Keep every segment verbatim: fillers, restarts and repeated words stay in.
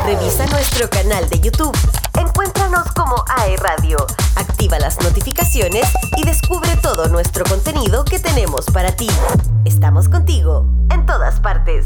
Revisa nuestro canal de YouTube. Encuéntranos como A E Radio. Activa las notificaciones y descubre todo nuestro contenido que tenemos para ti. Estamos contigo en todas partes.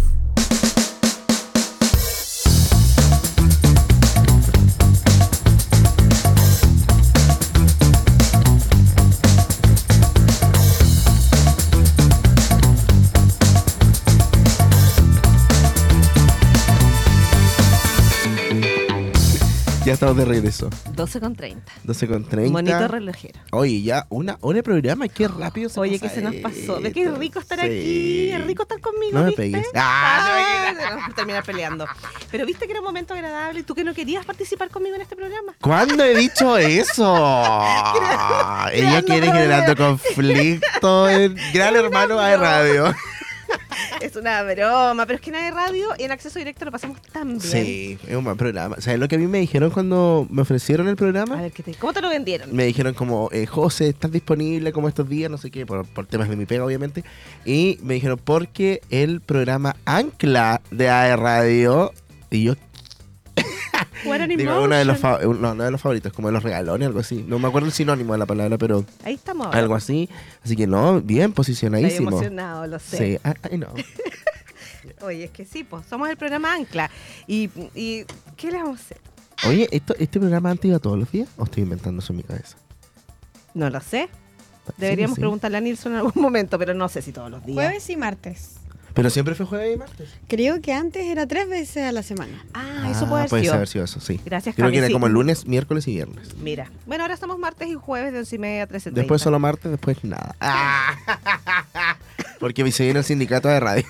Ya estamos de regreso. doce con treinta. doce con treinta. Bonito relojero. Oye, ya una hora de programa. Qué rápido se Oye, pasa que se nos pasó. ¿Ves esto? qué rico estar Sí. aquí? Es rico estar conmigo, No me ¿viste? pegues. Ah, no, vamos a terminar peleando. Pero viste que era un momento agradable y tú que no querías participar conmigo en este programa. ¿Cuándo he dicho eso? Ella creando quiere generando conflicto en Gran Hermano A E Radio. Es una broma, pero es que en A E Radio y en Acceso Directo lo pasamos tan bien. Sí, es un buen programa. ¿Sabes lo que a mí me dijeron cuando me ofrecieron el A programa? ver, ¿qué te, ¿cómo te lo vendieron? Me dijeron como, eh, José, ¿estás disponible como estos días? No sé qué, por, por temas de mi pega, obviamente. Y me dijeron, porque el programa Ancla de A E Radio, y yo, What an digo, uno de los, emotion. fa- no, no de los favoritos, como de los regalones, algo así. No me acuerdo el sinónimo de la palabra, pero Ahí estamos ahora. algo así. Así que no, bien Estoy posicionadísimo. emocionado, lo sé. Sí, ah, ay, no. Oye, es que sí, pues somos el programa Ancla. Y, y ¿qué le vamos a hacer? Oye, ¿esto, ¿este programa antes iba todos los días? ¿O estoy inventando eso en mi cabeza? No lo sé. Parece Deberíamos que sí. preguntarle a Nilsson en algún momento, pero no sé si todos los días. Jueves y martes. Pero siempre fue jueves y martes. Creo que antes era tres veces a la semana. Ah, eso puede haber puede sido. haber sido eso, sí. Gracias, Creo Cami, que era sí. como el lunes, miércoles y viernes. Mira. Bueno, ahora estamos martes y jueves de once y media a trece treinta. Después solo martes, después nada. Ah. Porque se viene el sindicato de radio.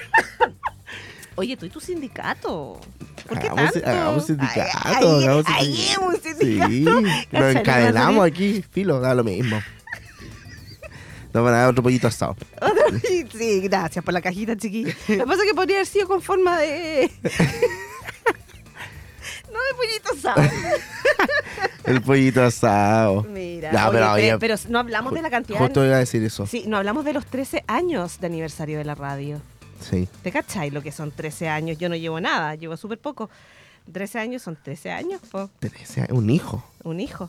Oye, tú y tu sindicato. ¿Por qué Hagamos, tanto? hagamos sindicato. Ay, ay, hagamos ay, sindicato. un Sí, sindicato. nos Cachai, encadenamos no aquí, filo, da lo mismo. Nos van a dar otro pollito asado. Otro- Sí, gracias por la cajita, chiquilla. Lo que pasa es que podría haber sido con forma de... no de pollito asado. El pollito asado. Mira, Ya, oye, pero, pero, oye, pero no hablamos de la cantidad... Justo iba a decir eso. Sí, no hablamos de los trece años de aniversario de la radio. Sí. ¿Te cachai lo que son trece años? Yo no llevo nada, llevo súper poco. trece años son trece años, po. trece, un hijo. Un hijo.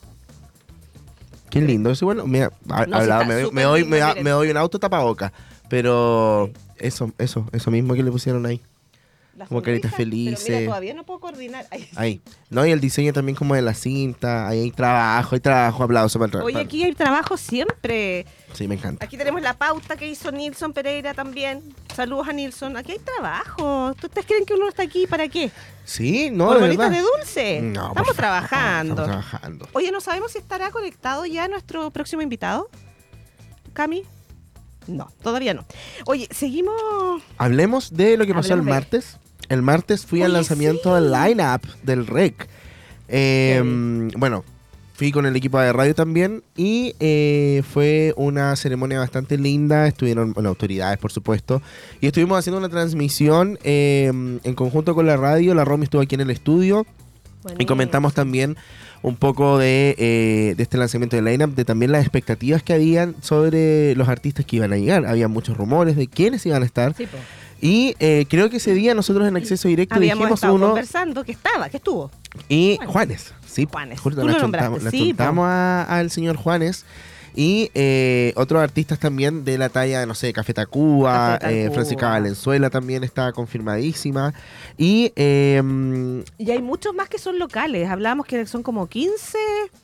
Qué lindo. Eso, bueno, mira, ha- No, sí, hablaba, está me, doy- súper me, doy, lindo, me, da- miren. me doy un auto tapaboca. Pero eso, eso, eso mismo que le pusieron ahí. La Como caritas sonrisa, felices. Pero mira, todavía no puedo coordinar. Ay. Ahí. No, y el diseño también como de la cinta. Ahí hay trabajo, hay trabajo, aplauso para el trabajo. Oye, aquí hay trabajo siempre. Sí, me encanta. Aquí tenemos la pauta que hizo Nilsson Pereira también. Saludos a Nilsson. Aquí hay trabajo. ¿Tú ustedes creen que uno está aquí para qué? Sí, no, ¿Por de bolitas verdad. de dulce? No, por Estamos favor, trabajando. Estamos trabajando. Oye, ¿no sabemos si estará conectado ya nuestro próximo invitado? ¿Cami? No, todavía no. Oye, seguimos... Hablemos de lo que pasó el Hablemos de- martes. El martes fui al Oye, lanzamiento sí. del line-up del R E C. Eh, bueno, fui con el equipo de radio también y eh, fue una ceremonia bastante linda. Estuvieron bueno, autoridades, por supuesto. Y estuvimos haciendo una transmisión eh, en conjunto con la radio. La Romy estuvo aquí en el estudio. Y comentamos también un poco de, eh, de este lanzamiento del line-up, de también las expectativas que habían sobre los artistas que iban a llegar. Había muchos rumores de quiénes iban a estar. Sí, po. Y eh, creo que ese día nosotros en Acceso Directo Habíamos dijimos estado uno conversando que estaba, que estuvo. y Juanes. Juanes. Sí, Juanes. justo Tú le lo chuntamos, nombraste, le sí, chuntamos a- al señor Juanes. Y eh, otros artistas también de la talla de, no sé, Café Tacuba, Café eh, Tacuba. Francisca Valenzuela también está confirmadísima. Y eh, Y hay muchos más que son locales. Hablábamos que son como quince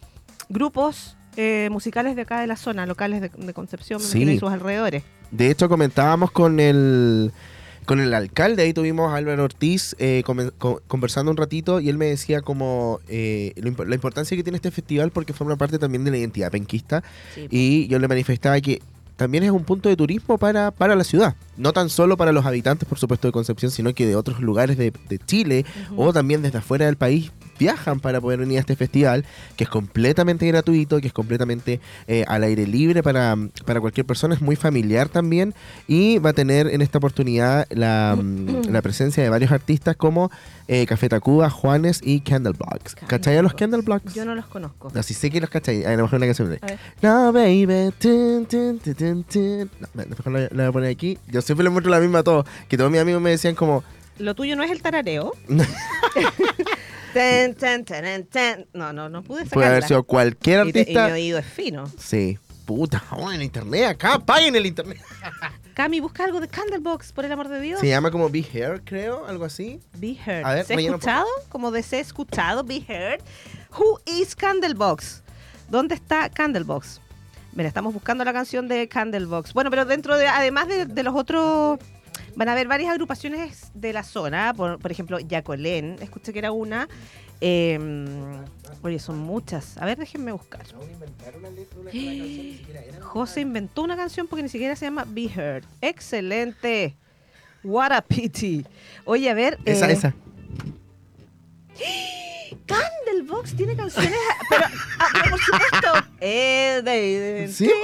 grupos eh, musicales de acá de la zona, locales de, de Concepción, me Sí. imagino, y sus alrededores. de hecho comentábamos con el con el alcalde, ahí tuvimos a Álvaro Ortiz eh, comen- co- conversando un ratito y él me decía como eh, lo imp- la importancia que tiene este festival porque forma parte también de la identidad penquista. Sí, Y yo le manifestaba que también es un punto de turismo para, para la ciudad. No tan solo para los habitantes, por supuesto, de Concepción, sino que de otros lugares de, de Chile Ujú. o también desde afuera del país viajan para poder venir a este festival, que es completamente gratuito, que es completamente eh, al aire libre para, para cualquier persona, es muy familiar también y va a tener en esta oportunidad la, mm, la presencia de varios artistas como eh, Café Tacuba, Juanes y Candlebox. ¿Cachai a los Candlebox? Yo no los conozco. Así sé que los cachai, a lo mejor una canción de A ver. No, baby. Tun, tun, tun, tun, tun. No, mejor la, la voy a poner aquí. Yo siempre le muestro la misma a todos. Que todos mis amigos me decían como, lo tuyo no es el tarareo. Ten, ten, ten, ten, ten. No, no, no pude sacarla. Puede haber sido cualquier Y, te- y artista. mi oído es fino. Sí. Puta, oh, en internet acá, paguen el internet. Cami, busca algo de Candlebox, por el amor de Dios. Se llama como Be Here, creo, algo así. Be Heard. A ver, ¿Se ha rellena un escuchado? Como de se ha escuchado, Be Heard. Who is Candlebox? ¿Dónde está Candlebox? Mira, estamos buscando la canción de Candlebox. Bueno, pero dentro de, además de, de los otros, van a haber varias agrupaciones de la zona. Por, por ejemplo, Yacolén, escuché que era una. Eh, oye, son muchas. A ver, déjenme buscar. José inventó una canción porque ni siquiera se llama Be Heard. Excelente. What a pity. Oye, a ver. Esa, eh, esa. Candlebox tiene canciones, pero, ah, pero por supuesto. Eh, de, de- Sí,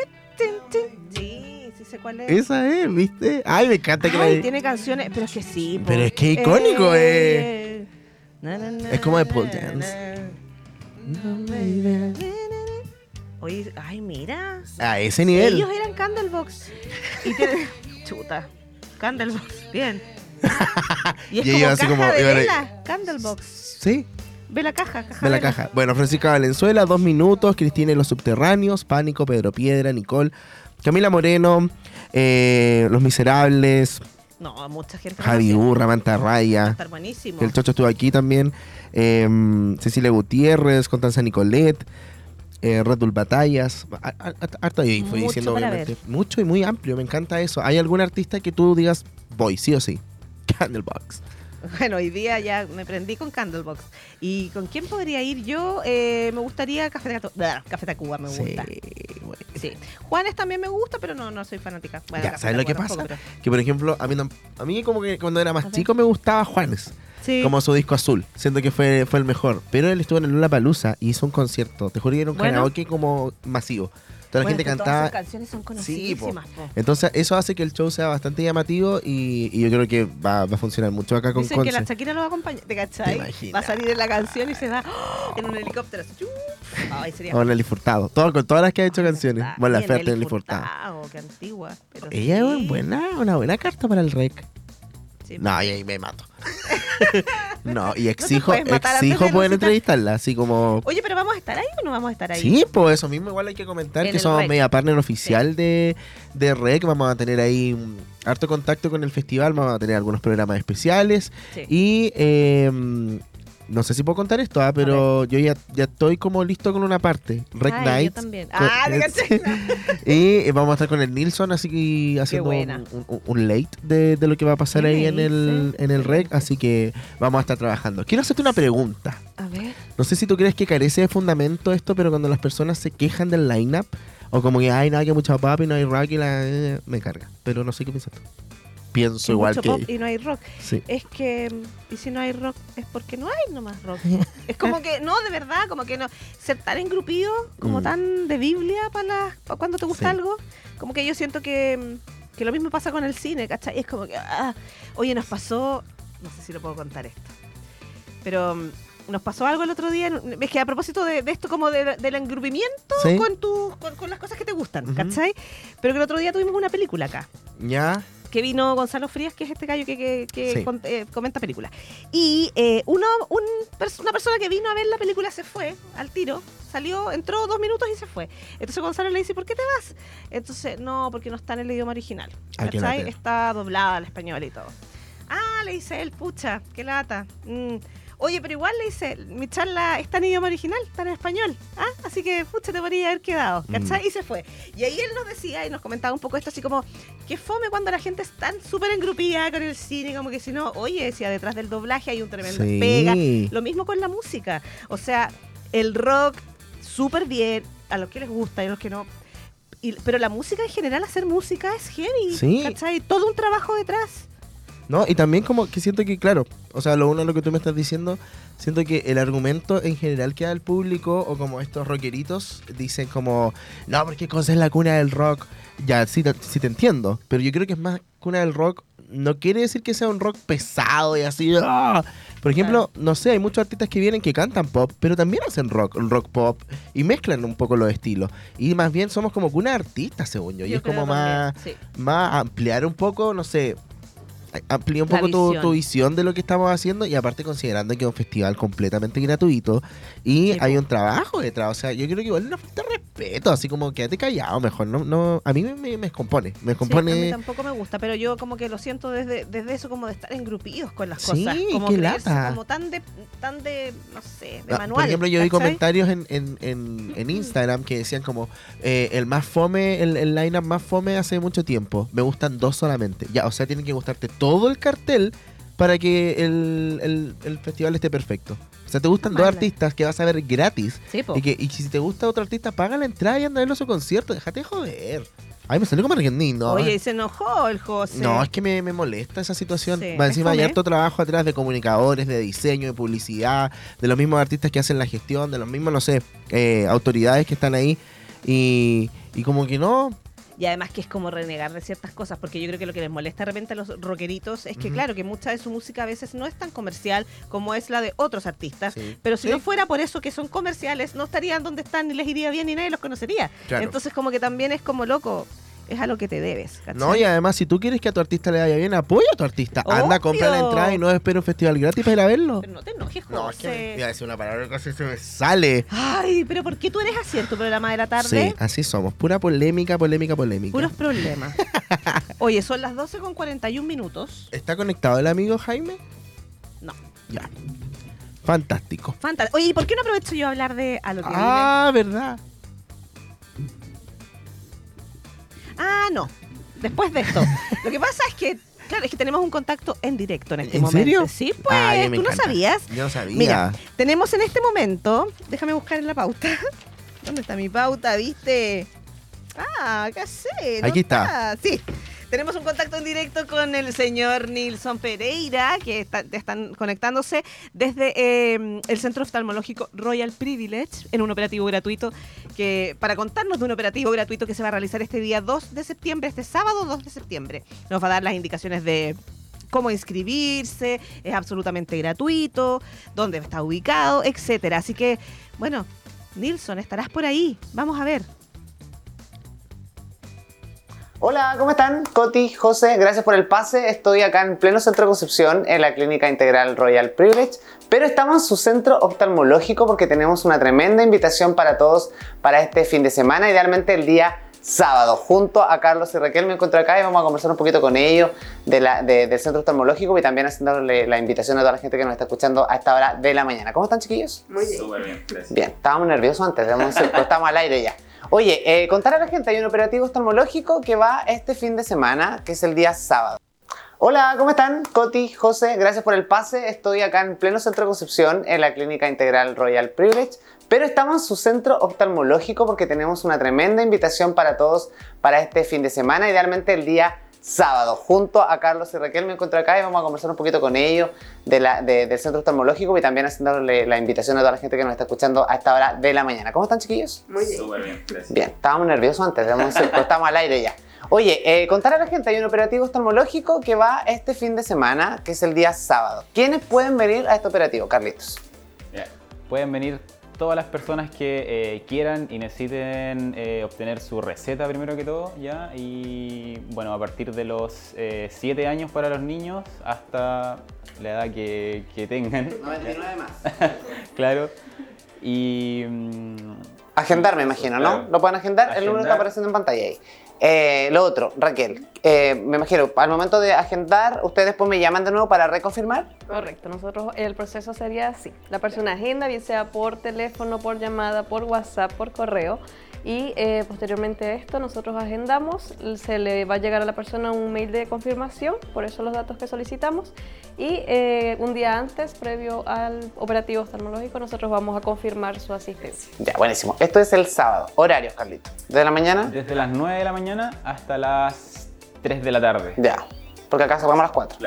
sí, sí sé cuál es. Esa es, ¿viste? Ay, me encanta que Ay, la... tiene canciones, pero es que sí. po. Pero es que icónico, eh. Na, na, na, Es como de pole na, dance. na. Oye, ay, mira. A ese nivel. Ellos eran Candlebox. Y tienen... Chuta. Candlebox, bien. Y es Y como ellos así caja como- de iban a- vela, Candlebox. Sí, Ve la caja, caja de la vela. caja. Bueno, Francisca Valenzuela, Dos Minutos, Cristina y los Subterráneos, Pánico, Pedro Piedra, Nicole, Camila Moreno, eh, Los Miserables, No, mucha gente. Javi no Urra, Manta Va a Raya, estar buenísimo. que el Chocho estuvo aquí también, eh, Cecilia Gutiérrez, Constanza Nicolet, eh, Red Bull Batallas, a- a- a- harto ahí fui Mucho diciendo para obviamente. Mucho y muy amplio, me encanta eso. ¿Hay algún artista que tú digas, voy, sí o sí? Candlebox. Bueno, hoy día ya me prendí con Candlebox. ¿Y con quién podría ir yo? Eh, me gustaría Café de Gato- Blah, Café Tacuba, me gusta. Sí, bueno. Sí. Juanes también me gusta, pero no, no soy fanática. Bueno, Ya, Café ¿sabes lo que Tacuba pasa? tampoco, Que por ejemplo, a mí, no- a mí como que cuando era A más ver. chico me gustaba Juanes, pero- Sí. como su disco azul. Siento que fue, fue el mejor. Pero él estuvo en el Lollapalooza y hizo un concierto. Te juro que era un Bueno. karaoke como masivo. Toda la Bueno, gente es que cantaba. Todas sus canciones son Sí, po. conocidísimas, po. Entonces eso hace que el show sea bastante llamativo y, y yo creo que va, va a funcionar mucho acá con Dicen que Conce. la Shakira lo va a acompañar, ¿te cachai? ¿Te imaginas? Va a salir en la canción y se va ¡oh! en un helicóptero. así, ¡chuf! Ay, sería O Nelly Furtado. Todo, con todas las que ha hecho Ah, canciones. verdad. Bueno, la Y oferta de Nelly Nelly Furtado. Furtado, qué antigua. Pero Ella sí. es buena, una buena carta para el rec. Sí. No, y ahí me mato. No, y exijo, puedes matar antes exijo de poder recitar. entrevistarla, así como... Oye, pero ¿vamos a estar ahí o no vamos a estar ahí? Sí, pues eso mismo igual hay que comentar En que el somos rec. media partner oficial de, de REC. Vamos a tener ahí mm, harto contacto con el festival, vamos a tener algunos programas especiales. Sí. Y eh, mm, no sé si puedo contar esto, ah, pero yo ya, ya estoy como listo con una parte. REC Ay, Nights. yo también. con- Ah, te caché. Y eh, vamos a estar con el Nilsson, así que haciendo un, buena. un- un late de, de lo que va a pasar ¿Qué ahí me en el, dice? en el REC. Así que vamos a estar trabajando. Quiero hacerte una pregunta. A ver. No sé si tú crees que carece de fundamento esto, pero cuando las personas se quejan del line-up, o como que hay nada que mucho pop y no hay rock y la... eh, me carga. Pero no sé qué piensas tú. Pienso Que igual mucho que... pop y no hay rock. Sí. Es que, mm, y si no hay rock, es porque no hay nomás rock. Es como que, no, de verdad, como que no. Ser tan engrupido, como Mm. tan de Biblia para cuando te gusta Sí. algo, como que yo siento que, mm, que lo mismo pasa con el cine, ¿cachai? Es como que, ah, oye, nos pasó, no sé si lo puedo contar esto, pero mm, nos pasó algo el otro día, es que a propósito de, de esto como de- del engrupimiento Sí. con, tu, con, con las cosas que te gustan, Ujú. ¿cachai? Pero que el otro día tuvimos una película acá Ya. que vino Gonzalo Frías, que es este gallo que, que- que Sí. con- eh, comenta películas. Y eh, uno, un pers- una persona que vino a ver la película se fue al tiro, salió, entró dos minutos y se fue. Entonces Gonzalo le dice, ¿por qué te vas? Entonces, no, porque no está en el idioma original. Ah, qué ¿Cachai? lata. Está doblada al español y todo. Ah, le dice él, pucha, qué lata. Mm. Oye, pero igual le dice, mi charla está en idioma original, está en español. Ah, así que, pucha, te podría haber quedado. ¿Cachai? Mm. Y se fue. Y ahí él nos decía y nos comentaba un poco esto, así como, que fome cuando la gente está súper engrupida con el cine, como que si no, oye, decía, detrás del doblaje hay un tremendo Sí. pega. Lo mismo con la música. O sea, el rock, súper bien, a los que les gusta y a los que no. Y- pero la música en general, hacer música es heavy. Sí. ¿Cachai? Todo un trabajo detrás. No, y también como que siento que, claro, o sea, lo uno de lo que tú me estás diciendo, siento que el argumento en general que da el público, o como estos rockeritos, dicen como, no, porque Conce es la cuna del rock. Ya, sí te, sí te entiendo, pero yo creo que es más cuna del rock, no quiere decir que sea un rock pesado y así. ¡ah! Por ejemplo, no sé, hay muchos artistas que vienen que cantan pop, pero también hacen rock, un rock pop, y mezclan un poco los estilos. Y más bien somos como cuna de artistas, según yo, y Yo es como creo más, también, sí. más ampliar un poco, no sé. amplía un La poco tu, visión. tu visión de lo que estamos haciendo y aparte considerando que es un festival completamente gratuito y Sí, hay po. un trabajo detrás. O sea, yo creo que igual es una falta de respeto, así como quédate callado mejor. No, no, a mí me, me, me descompone, me Sí, a mí descompone. tampoco me gusta, pero yo como que lo siento desde, desde eso como de estar engrupidos con las Sí, cosas. Como qué creerse lata. como tan de, tan de, no sé, de Ah, manual. Por ejemplo, yo vi ¿cachai? comentarios en, en, en, en Instagram que decían como eh, el más fome, el, el line-up más fome hace mucho tiempo. Me gustan dos solamente. Ya, o sea, tienen que gustarte todo el cartel para que el, el, el festival esté perfecto. O sea, te gustan dos Mala. artistas que vas a ver gratis. Sí, po. Y que y si te gusta otro artista, paga la entrada y anda a verlo a su concierto. Déjate de joder. Ay, me salió como argentino. ¿no? Oye, y se enojó el José. No, es que me, me molesta esa situación. Sí, Va es encima hay fome. harto trabajo atrás de comunicadores, de diseño, de publicidad, de los mismos artistas que hacen la gestión, de los mismos, no sé, eh, autoridades que están ahí. Y, y como que no. Y además que es como renegar de ciertas cosas, porque yo creo que lo que les molesta de repente a los rockeritos es que, Ujú. claro, que mucha de su música a veces no es tan comercial como es la de otros artistas. Sí. Pero si Sí. no fuera por eso que son comerciales, no estarían donde están, ni les iría bien, ni nadie los conocería. Claro. Entonces como que también es como loco, es a lo que te debes, ¿cachai? No, y además, si tú quieres que a tu artista le vaya bien, apoya a tu artista. Anda, compra la Obvio. entrada y no espera un festival gratis para ir a verlo. Pero no te enojes, José. No, es que iba a decir una palabra que casi se me sale. Ay, pero ¿por qué tú eres así en tu programa de la tarde? Sí, así somos. Pura polémica, polémica, polémica. Puros problemas. Oye, son las doce con cuarenta y un minutos. ¿Está conectado el amigo Jaime? No. Ya. Fantástico. Fantástico. Oye, ¿y por qué no aprovecho yo a hablar de a lo que vine? Ah, ¿verdad? Ah, no. Después de esto. Lo que pasa es que, claro, es que tenemos un contacto en directo en este ¿En momento. serio? Sí, pues, Ay, me tú no encanta. sabías. Yo no sabía. Mira, tenemos en este momento, déjame buscar en la pauta. ¿Dónde está mi pauta, viste? Ah, acá sé. ¿no Aquí está. Sí. Tenemos un contacto en directo con el señor Nilson Pereira, que está- están conectándose desde eh, el Centro Oftalmológico Royal Privilege en un operativo gratuito, que para contarnos de un operativo gratuito que se va a realizar este día dos de septiembre, este sábado dos de septiembre. Nos va a dar las indicaciones de cómo inscribirse, es absolutamente gratuito, dónde está ubicado, etcétera. Así que, bueno, Nilson, estarás por ahí. Vamos a ver. Hola, ¿cómo están? Coti, José, gracias por el pase. Estoy acá en pleno centro de Concepción, en la Clínica Integral Royal Privilege, pero estamos en su centro oftalmológico porque tenemos una tremenda invitación para todos para este fin de semana, idealmente el día sábado. Junto a Carlos y Raquel me encuentro acá y vamos a conversar un poquito con ellos de la, de, del centro oftalmológico y también haciéndole la invitación a toda la gente que nos está escuchando a esta hora de la mañana. ¿Cómo están, chiquillos? Muy bien. Súper bien, gracias. Bien, estábamos nerviosos antes, debemos decir, pero estamos al aire ya. Oye, eh, contar a la gente, hay un operativo oftalmológico que va este fin de semana, que es el día sábado. Hola, ¿cómo están? Coti, José, gracias por el pase. Estoy acá en pleno centro de Concepción, en la Clínica Integral Royal Privilege, pero estamos en su centro oftalmológico porque tenemos una tremenda invitación para todos para este fin de semana, idealmente el día sábado. Junto a Carlos y Raquel me encuentro acá y vamos a conversar un poquito con ellos de la, de, del centro oftalmológico y también haciéndole la invitación a toda la gente que nos está escuchando a esta hora de la mañana. ¿Cómo están, chiquillos? Muy bien. Súper bien, gracias. Bien, estábamos nerviosos antes, debemos decir, pero estamos al aire ya. Oye, eh, contar a la gente, hay un operativo oftalmológico que va este fin de semana, que es el día sábado. ¿Quiénes pueden venir a este operativo, Carlitos? Ya. Pueden venir todas las personas que eh, quieran y necesiten eh, obtener su receta primero que todo, ¿ya? Y bueno, a partir de los siete años para los niños hasta la edad que, que tengan. noventa y nueve más. Claro. Y... mm, Agendar, me imagino, ¿no? Claro. Lo pueden agendar, el número está Agendar. apareciendo en pantalla ahí. Eh, lo otro, Raquel, eh, me imagino, al momento de agendar, ustedes después me llaman de nuevo para reconfirmar. Correcto, nosotros el proceso sería así. La persona agenda, bien sea por teléfono, por llamada, por WhatsApp, por correo. Y eh, posteriormente a esto nosotros agendamos, se le va a llegar a la persona un mail de confirmación, por eso los datos que solicitamos. Y eh, un día antes, previo al operativo oftalmológico, nosotros vamos a confirmar su asistencia. Ya, buenísimo. Esto es el sábado. Horarios, Carlitos. ¿De la mañana? desde las nueve de la mañana hasta las tres de la tarde. Ya, porque acá cerramos a las cuatro. Claro.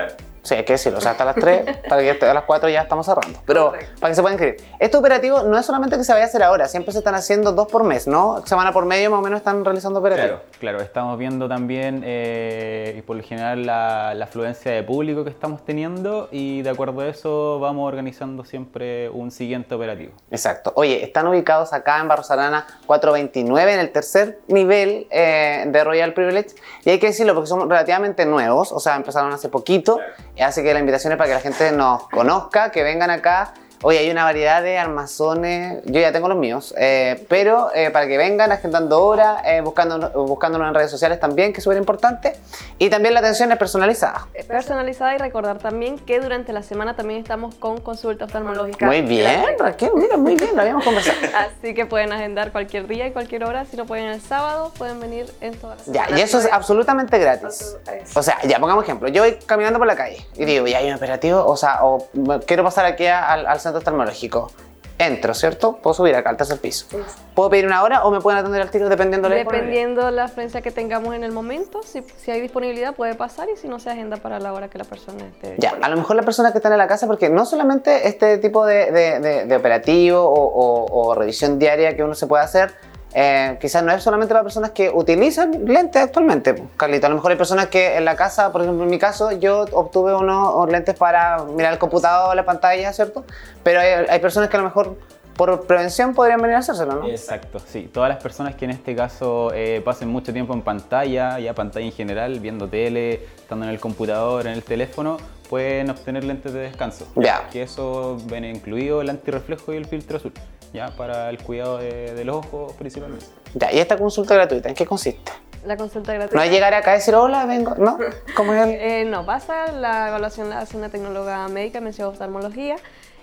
Sí, hay que decirlo, o sea, hasta las tres, para que a las cuatro ya estamos cerrando. Pero Correcto. para que se puedan inscribir. Este operativo no es solamente que se vaya a hacer ahora, siempre se están haciendo dos por mes, ¿no? Semana por medio más o menos están realizando operativos. Claro, claro, estamos viendo también eh, y por lo general la, la afluencia de público que estamos teniendo y de acuerdo a eso vamos organizando siempre un siguiente operativo. Exacto. Oye, están ubicados acá en Barros Arana cuatrocientos veintinueve en el tercer nivel eh, de Royal Privilege y hay que decirlo porque son relativamente nuevos, o sea, empezaron hace poquito, así que la invitación es para que la gente nos conozca, que vengan acá. Oye, hay una variedad de armazones, yo ya tengo los míos, eh, pero eh, para que vengan agendando horas, eh, buscando, buscándonos en redes sociales también, que es súper importante, y también la atención es personalizada. Personalizada y recordar también que durante la semana también estamos con consulta oftalmológica. Muy bien, Raquel, mira, muy bien, lo habíamos conversado. Así que pueden agendar cualquier día y cualquier hora. Si no pueden el sábado, pueden venir en todas las Ya, y eso es absolutamente gratis. O sea, ya, pongamos ejemplo, yo voy caminando por la calle y digo, ya hay un operativo, o sea, o quiero pasar aquí al, al centro oftalmológico. Entro, ¿cierto? Puedo subir acá al tercer piso. Sí. ¿Puedo pedir una hora o me pueden atender al tiro dependiendo de la Dependiendo de la frecuencia que tengamos en el momento, si, si hay disponibilidad puede pasar y si no se agenda para la hora que la persona esté. Ya, a lo mejor la persona que está en la casa, porque no solamente este tipo de, de, de, de operativo o, o, o revisión diaria que uno se puede hacer, eh, quizás no es solamente para personas que utilizan lentes actualmente, Carlito. A lo mejor hay personas que en la casa, por ejemplo en mi caso, yo obtuve unos lentes para mirar el computador, la pantalla, ¿cierto? Pero hay, hay personas que a lo mejor por prevención podrían venir a hacérselo, ¿no? Exacto, sí. Todas las personas que en este caso eh, pasen mucho tiempo en pantalla, ya pantalla en general, viendo tele, estando en el computador, en el teléfono, pueden obtener lentes de descanso. Ya. Que eso viene incluido el antirreflejo y el filtro azul, ya para el cuidado de, de los ojos principalmente. Ya, y esta consulta gratuita, ¿en qué consiste? La consulta gratuita. No es llegar acá y decir, hola, vengo, ¿no? ¿Cómo es el...? Eh, no, pasa, la evaluación la hace una tecnóloga médica, mención oftalmología,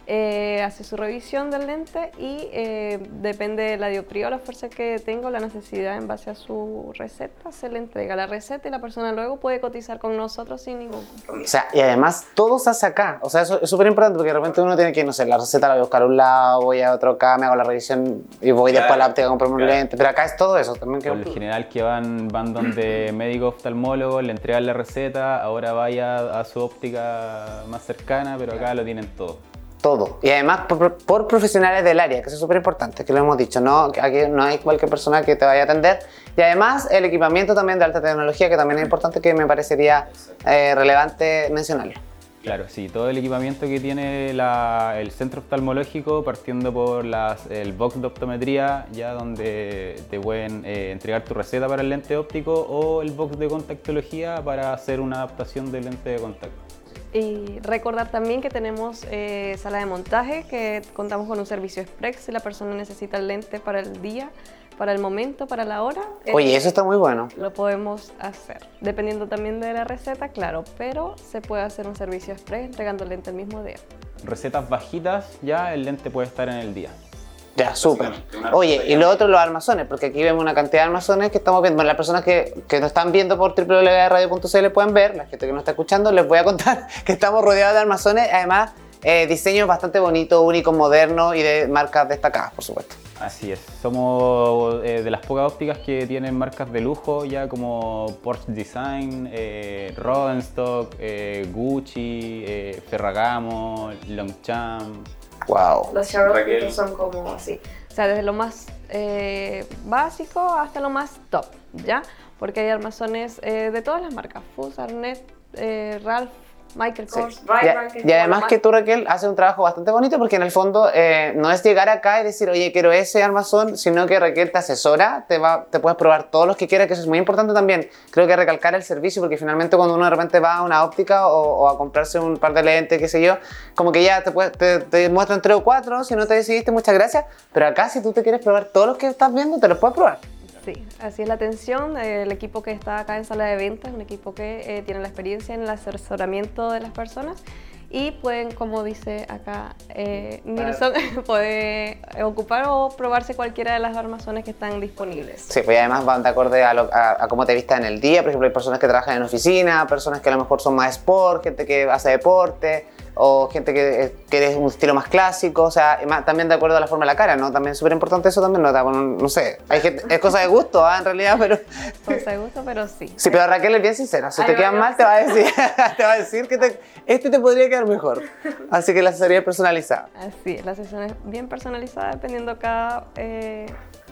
eh, hace su revisión del lente y eh, depende de la dioptría o la fuerza que tengo, la necesidad en base a su receta, se le entrega la receta y la persona luego puede cotizar con nosotros sin ningún compromiso. O sea, y además todo se hace acá. O sea, eso es súper importante porque de repente uno tiene que, no sé, la receta la voy a buscar a un lado, voy a otro acá, me hago la revisión y voy después a la óptica a comprarme un lente. Pero acá es todo eso también. Por lo general que van, van donde médico oftalmólogo, le entregan la receta, ahora vaya a su óptica más cercana, pero acá lo tienen todo. Todo. Y además por, por profesionales del área, que eso es súper importante, que lo hemos dicho, ¿no? Aquí no hay cualquier persona que te vaya a atender. Y además el equipamiento también de alta tecnología, que también es importante, que me parecería eh, relevante mencionarlo. Claro, sí, todo el equipamiento que tiene la, el centro oftalmológico, partiendo por las, el box de optometría, ya donde te pueden eh, entregar tu receta para el lente óptico, o el box de contactología para hacer una adaptación del lente de contacto. Y recordar también que tenemos eh, sala de montaje, que contamos con un servicio express si la persona necesita el lente para el día, para el momento, para la hora. Oye, eh, eso está muy bueno. Lo podemos hacer, dependiendo también de la receta, claro, pero se puede hacer un servicio express entregando el lente el mismo día. Recetas bajitas, ya el lente puede estar en el día. Ya, súper. Oye, y lo otro, los armazones, porque aquí vemos una cantidad de armazones que estamos viendo. Bueno, las personas que, que nos están viendo por doble u doble u doble u punto radio punto c l pueden ver, la gente que nos está escuchando, les voy a contar que estamos rodeados de armazones, además eh, diseños bastante bonitos, únicos, modernos y de marcas destacadas, por supuesto. Así es, somos eh, de las pocas ópticas que tienen marcas de lujo ya como Porsche Design, eh, Rodenstock, eh, Gucci, eh, Ferragamo, Longchamp. Wow. Los Sharrock son como así, o sea, desde lo más eh, básico hasta lo más top, ¿ya? Porque hay armazones eh, de todas las marcas, Fuss, Arnett, eh, Ralph, Michael Kors, Sí. Bright, Y, y además que tú, Raquel, haces un trabajo bastante bonito porque en el fondo eh, no es llegar acá y decir, oye, quiero ese armazón, sino que Raquel te asesora, te, va, te puedes probar todos los que quieras, que eso es muy importante también. Creo que recalcar el servicio, porque finalmente cuando uno de repente va a una óptica o, o a comprarse un par de lentes, qué sé yo, como que ya te, puede, te, te muestran tres o cuatro, si no te decidiste, muchas gracias, pero acá si tú te quieres probar todos los que estás viendo, te los puedes probar. Sí, así es la atención. El equipo que está acá en sala de ventas es un equipo que eh, tiene la experiencia en el asesoramiento de las personas y pueden, como dice acá eh, Nilsson, puede ocupar o probarse cualquiera de las armazones que están disponibles. Sí, pues además van de acorde a, lo, a, a cómo te vistas en el día. Por ejemplo, hay personas que trabajan en oficina, personas que a lo mejor son más sport, gente que hace deporte. o gente que quiere un estilo más clásico, o sea, más, también de acuerdo a la forma de la cara, ¿no? También es súper importante eso también, ¿no? No, no sé, hay gente, es cosa de gusto, ¿eh? En realidad, pero... Cosa de gusto, pero sí. Sí, pero Raquel es bien sincera, si Hay te quedan varios. mal te va a decir, te va a decir que te, este te podría quedar mejor. Así que la asesoría es personalizada. Así, la sesión es bien personalizada dependiendo cada... Eh,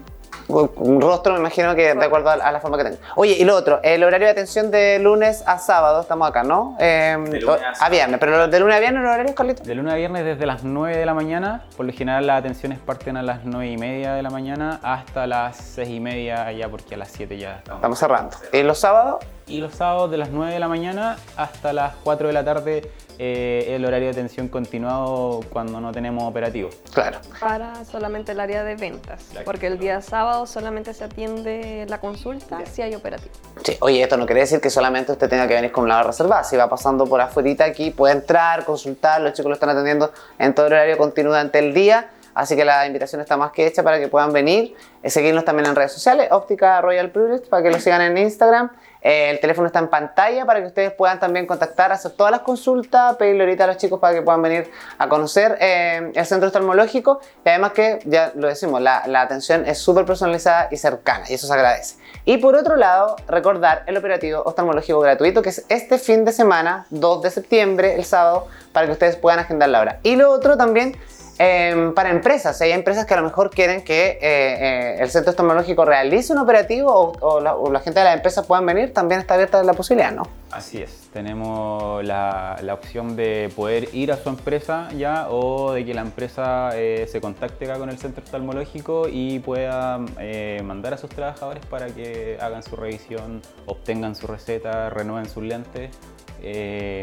Un rostro, me imagino que de acuerdo a la, a la forma que tenga. Oye, y lo otro, el horario de atención de lunes a sábado, estamos acá, ¿no? Eh, De lunes a a viernes, pero de lunes a viernes, ¿los horarios, Carlitos? De lunes a viernes desde las nueve de la mañana, por lo general las atenciones parten a las nueve y media de la mañana hasta las seis y media ya, porque a las siete ya estamos. Estamos cerrando. ¿Y los sábados? Y los sábados de las nueve de la mañana hasta las cuatro de la tarde, eh, el horario de atención continuado cuando no tenemos operativo. Claro. para solamente el área de ventas, porque el día sábado solamente se atiende la consulta si hay operativo. Sí, oye, esto no quiere decir que solamente usted tenga que venir con una hora reservada. Si va pasando por afuerita aquí, puede entrar, consultar, los chicos lo están atendiendo en todo el horario continuo durante el día. Así que la invitación está más que hecha para que puedan venir. Eh, seguirnos también en redes sociales, Óptica Royal Privilege, para que lo sigan en Instagram. Eh, el teléfono está en pantalla para que ustedes puedan también contactar, hacer todas las consultas, pedirle ahorita a los chicos para que puedan venir a conocer eh, el centro oftalmológico. Y además que, ya lo decimos, la, la atención es súper personalizada y cercana, y eso se agradece. Y por otro lado, recordar el operativo oftalmológico gratuito, que es este fin de semana, dos de septiembre, el sábado, para que ustedes puedan agendar la hora. Y lo otro también, Eh, para empresas, hay empresas que a lo mejor quieren que eh, eh, el centro oftalmológico realice un operativo o, o, la, o la gente de las empresas puedan venir, también está abierta la posibilidad, ¿no? Así es, tenemos la, la opción de poder ir a su empresa ya o de que la empresa eh, se contacte acá con el centro oftalmológico y pueda eh, mandar a sus trabajadores para que hagan su revisión, obtengan su receta, renueven sus lentes. Eh,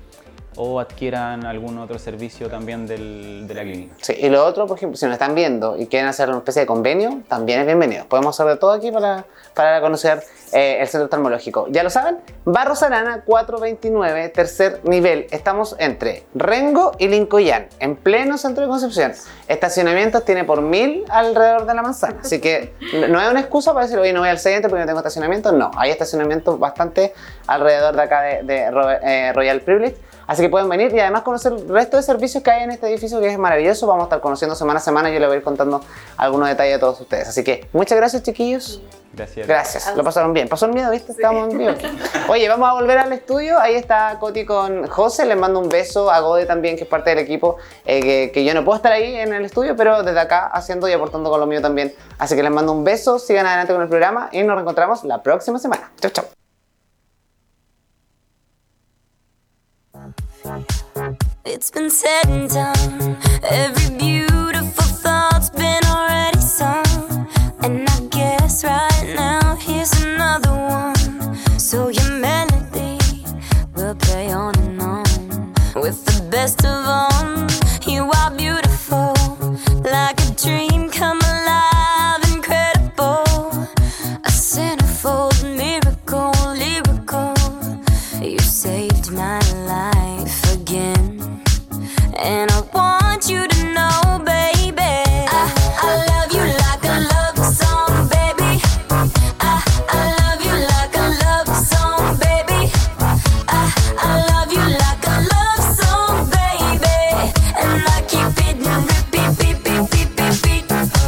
o adquieran algún otro servicio también del, de la clínica. Sí, y lo otro, por ejemplo, si nos están viendo y quieren hacer una especie de convenio, también es bienvenido. Podemos hacer de todo aquí para, para conocer eh, el centro oftalmológico. Ya lo saben, Barros Arana cuatrocientos veintinueve, tercer nivel. Estamos entre Rengo y Lincoyán, en pleno centro de Concepción. Estacionamientos tiene por mil alrededor de la manzana. Así que no es una excusa para decir, oye, no voy al siguiente porque no tengo estacionamiento. No, hay estacionamientos bastante alrededor de acá de, de eh, Royal Privilege. Así que pueden venir y además conocer el resto de servicios que hay en este edificio, que es maravilloso. Vamos a estar conociendo semana a semana y yo les voy a ir contando algunos detalles a todos ustedes. Así que muchas gracias, chiquillos. Gracias. Gracias, lo pasaron bien. Pasó el miedo, ¿viste? Estábamos en vivo. Oye, vamos a volver al estudio. Ahí está Coti con José. Les mando un beso a Gode también, que es parte del equipo, eh, que, que yo no puedo estar ahí en el estudio, pero desde acá haciendo y aportando con lo mío también. Así que les mando un beso, sigan adelante con el programa y nos reencontramos la próxima semana. Chau, chau. It's been said and done. Every beautiful thought's been already sung. And I guess right now here's another one. So your melody will play on and on. With the best of all, you are beautiful. Like a dream come alive, incredible. A centerfold miracle, lyrical. You saved my life again. And I want you to know, baby, I, I love you like a love song, baby. I, I love you like a love song, baby. I, I love you like a love song, baby. And I keep it and repeat, beat, beat, beat, beat, beat.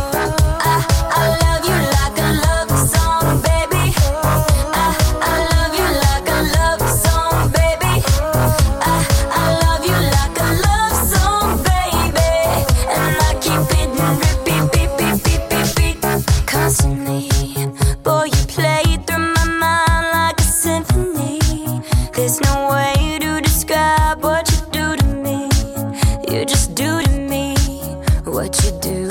I, I love you like a love song, baby. I, I love you like a love song, baby. I, I love you like a love song, baby. And I keep it and repeat, beat, beat, beat, beat, beat. Constantly, boy, you play through my mind like a symphony. There's no way to describe what you do to me. You just do to me what you do.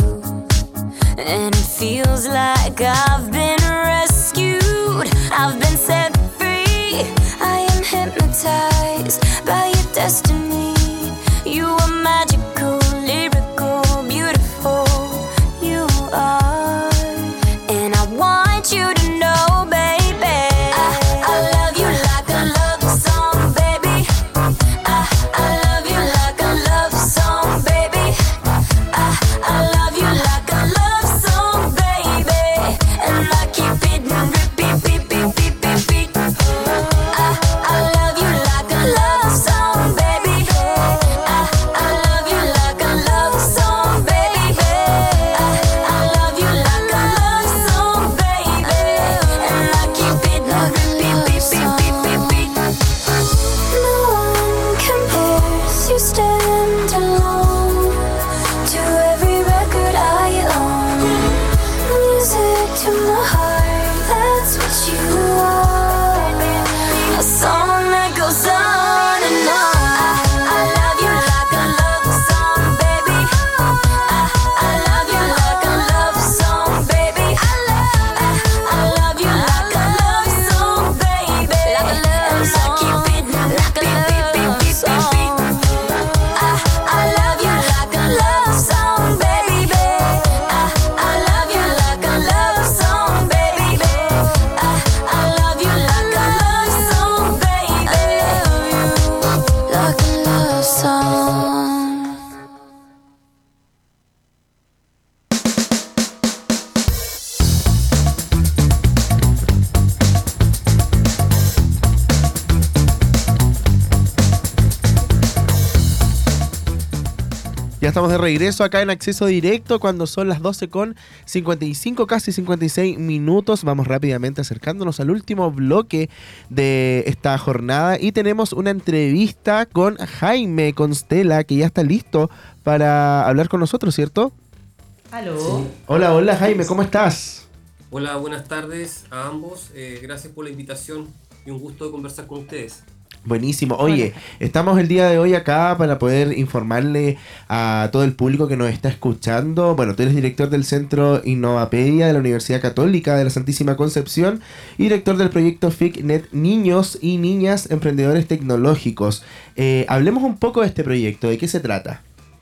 And it feels like I've been rescued. I've been set free. I am hypnotized by your destiny. You are magical, lyrical, beautiful. You are. And I want you to know, baby, I, I love you like a love song, baby. I, I love you like a love song, baby. I, I love you like a love song, baby. And I keep it and repeat, beat, beat, beat, beat, beat. I, I love you like a love song, baby. Ya estamos de regreso acá en Acceso Directo cuando son las doce con cincuenta y cinco, casi cincuenta y seis minutos. Vamos rápidamente acercándonos al último bloque de esta jornada y tenemos una entrevista con Jaime Constela, que ya está listo para hablar con nosotros, ¿cierto? Aló. Sí. Hola, hola Jaime, ¿cómo estás? Hola, buenas tardes a ambos. Eh, gracias por la invitación y un gusto de conversar con ustedes. Buenísimo. Oye, estamos el día de hoy acá para poder informarle a todo el público que nos está escuchando. Bueno, tú eres director del Centro Innovapedia de la Universidad Católica de la Santísima Concepción y director del proyecto F I C Net Niños y Niñas Emprendedores Tecnológicos. Eh, hablemos un poco de este proyecto, ¿de qué se trata?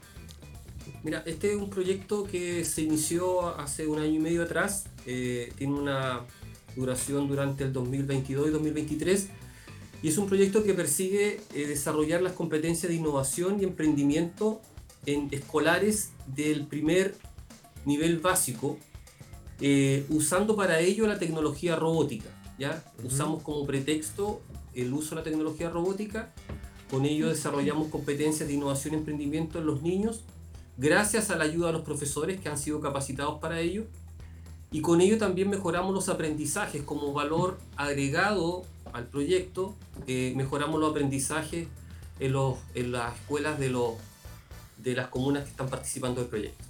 Mira, este es un proyecto que se inició hace un año y medio atrás. Eh, tiene una duración durante el dos mil veintidós y dos mil veintitrés. Y es un proyecto que persigue eh, desarrollar las competencias de innovación y emprendimiento en escolares del primer nivel básico, eh, usando para ello la tecnología robótica, ¿ya? Uh-huh. Usamos como pretexto el uso de la tecnología robótica, con ello desarrollamos competencias de innovación y emprendimiento en los niños, gracias a la ayuda de los profesores que han sido capacitados para ello, y con ello también mejoramos los aprendizajes como valor agregado al proyecto. Eh, mejoramos los aprendizajes en, los, en las escuelas de, los, de las comunas que están participando del proyecto.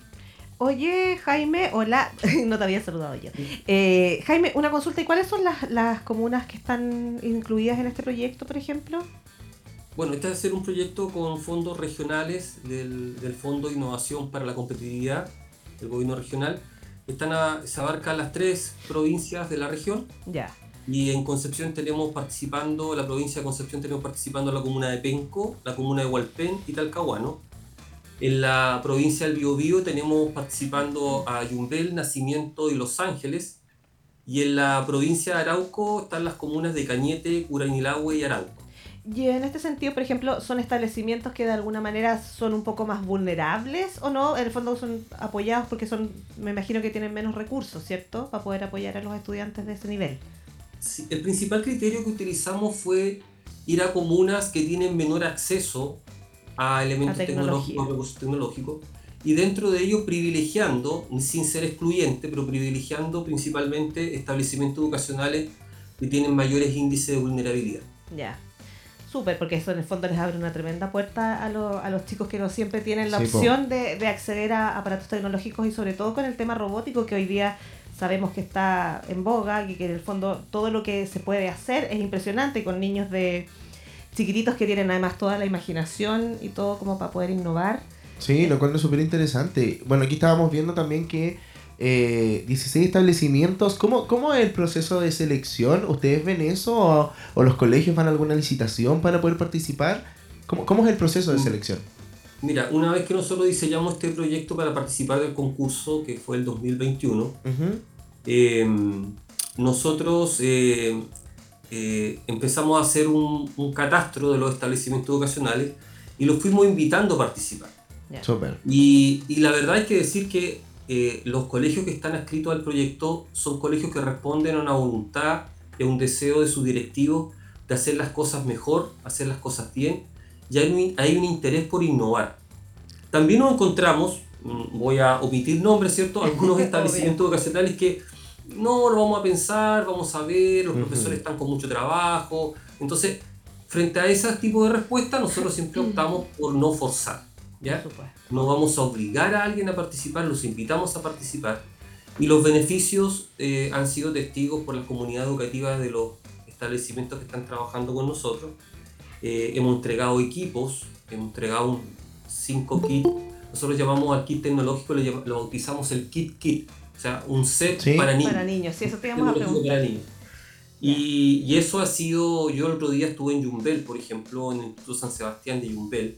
Oye, Jaime, hola, no te había saludado yo. Eh, Jaime, una consulta, ¿y cuáles son las, las comunas que están incluidas en este proyecto, por ejemplo? Bueno, este va a ser un proyecto con fondos regionales del, del Fondo de Innovación para la Competitividad del Gobierno Regional. Están a, se abarcan las tres provincias de la región. Ya. Y en Concepción tenemos participando, la provincia de Concepción tenemos participando la comuna de Penco, la comuna de Hualpén y Talcahuano. En la provincia del Biobío tenemos participando a Yumbel, Nacimiento y Los Ángeles. Y en la provincia de Arauco están las comunas de Cañete, Curanilahue y Arauco. Y en este sentido, por ejemplo, ¿son establecimientos que de alguna manera son un poco más vulnerables o no? En el fondo son apoyados porque son, me imagino que tienen menos recursos, ¿cierto? Para poder apoyar a los estudiantes de ese nivel. Sí, el principal criterio que utilizamos fue ir a comunas que tienen menor acceso a elementos tecnológicos, recursos tecnológicos, y dentro de ello privilegiando, sin ser excluyente, pero privilegiando principalmente establecimientos educacionales que tienen mayores índices de vulnerabilidad. Ya. Súper, porque eso en el fondo les abre una tremenda puerta a, lo, a los chicos que no siempre tienen la sí, opción de, de acceder a aparatos tecnológicos, y sobre todo con el tema robótico, que hoy día sabemos que está en boga y que en el fondo todo lo que se puede hacer es impresionante con niños de chiquititos que tienen además toda la imaginación y todo como para poder innovar. Sí, lo cual es súper interesante. Bueno, aquí estábamos viendo también que Eh, dieciséis establecimientos. ¿Cómo, ¿Cómo es el proceso de selección? ¿Ustedes ven eso? ¿O, o los colegios van a alguna licitación para poder participar? ¿Cómo, ¿Cómo es el proceso de selección? Mira, una vez que nosotros diseñamos este proyecto para participar del concurso, que fue el dos mil veintiuno, uh-huh. eh, nosotros eh, eh, empezamos a hacer un, un catastro de los establecimientos educacionales y los fuimos invitando a participar. Yeah. Super. Y, y la verdad hay que decir que Eh, los colegios que están adscritos al proyecto son colegios que responden a una voluntad y a un deseo de sus directivos de hacer las cosas mejor, hacer las cosas bien, y hay un, hay un interés por innovar. También nos encontramos, voy a omitir nombres, ¿cierto? Algunos establecimientos educacionales que no lo vamos a pensar, vamos a ver, los uh-huh. profesores están con mucho trabajo. Entonces, frente a ese tipo de respuesta, nosotros siempre optamos por no forzar, ¿ya? No vamos a obligar a alguien a participar, los invitamos a participar. Y los beneficios eh, han sido testigos por las comunidades educativas de los establecimientos que están trabajando con nosotros. Eh, hemos entregado equipos, hemos entregado cinco kits. Nosotros llamamos al kit tecnológico, lo, llamamos, lo bautizamos el kit kit. O sea, un set ¿Sí? para niños. Para niños, sí, eso te íbamos a preguntar. Para niños. Y, y eso ha sido, yo el otro día estuve en Yumbel, por ejemplo, en el Instituto San Sebastián de Yumbel.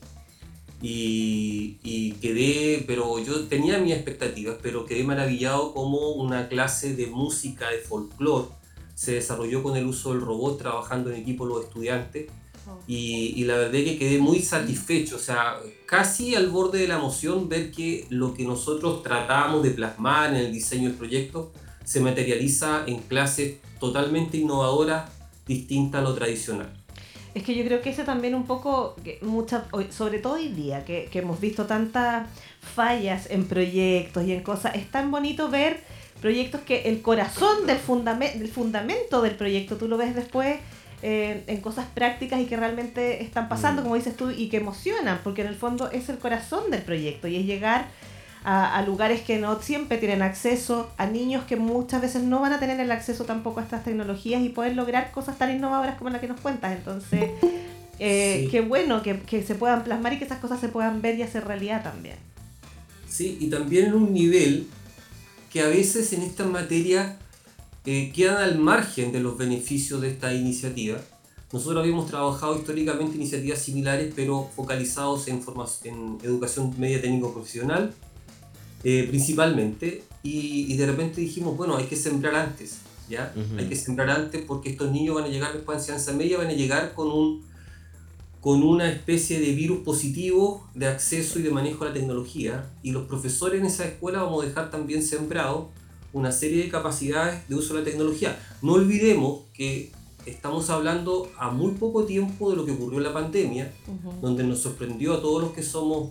Y, y quedé, pero yo tenía mis expectativas, pero quedé maravillado como una clase de música, de folclore, se desarrolló con el uso del robot, trabajando en equipo los estudiantes, y, y la verdad es que quedé muy satisfecho, o sea, casi al borde de la emoción ver que lo que nosotros tratamos de plasmar en el diseño del proyecto se materializa en clases totalmente innovadoras, distintas a lo tradicional. Es que yo creo que ese también un poco, que mucha, hoy- sobre todo hoy día, que, que hemos visto tantas fallas en proyectos y en cosas, es tan bonito ver proyectos que el corazón del, fundame- del fundamento del proyecto tú lo ves después eh, en cosas prácticas y que realmente están pasando, como dices tú, y que emocionan, porque en el fondo es el corazón del proyecto y es llegar a, a lugares que no siempre tienen acceso, a niños que muchas veces no van a tener el acceso tampoco a estas tecnologías y poder lograr cosas tan innovadoras como la que nos cuentas. Entonces, eh, Sí. qué bueno que, que se puedan plasmar y que esas cosas se puedan ver y hacer realidad también. Sí, y también en un nivel que a veces en esta materia eh, quedan al margen de los beneficios de esta iniciativa. Nosotros habíamos trabajado históricamente iniciativas similares, pero focalizados en, forma- en educación media técnico profesional, eh, principalmente, y, y de repente dijimos, bueno, hay que sembrar antes, ¿ya? Ujú. Hay que sembrar antes porque estos niños van a llegar después de enseñanza media, van a llegar con un con una especie de virus positivo de acceso y de manejo a la tecnología, y los profesores en esa escuela vamos a dejar también sembrado una serie de capacidades de uso de la tecnología. No olvidemos que estamos hablando a muy poco tiempo de lo que ocurrió en la pandemia, donde nos sorprendió a todos los que somos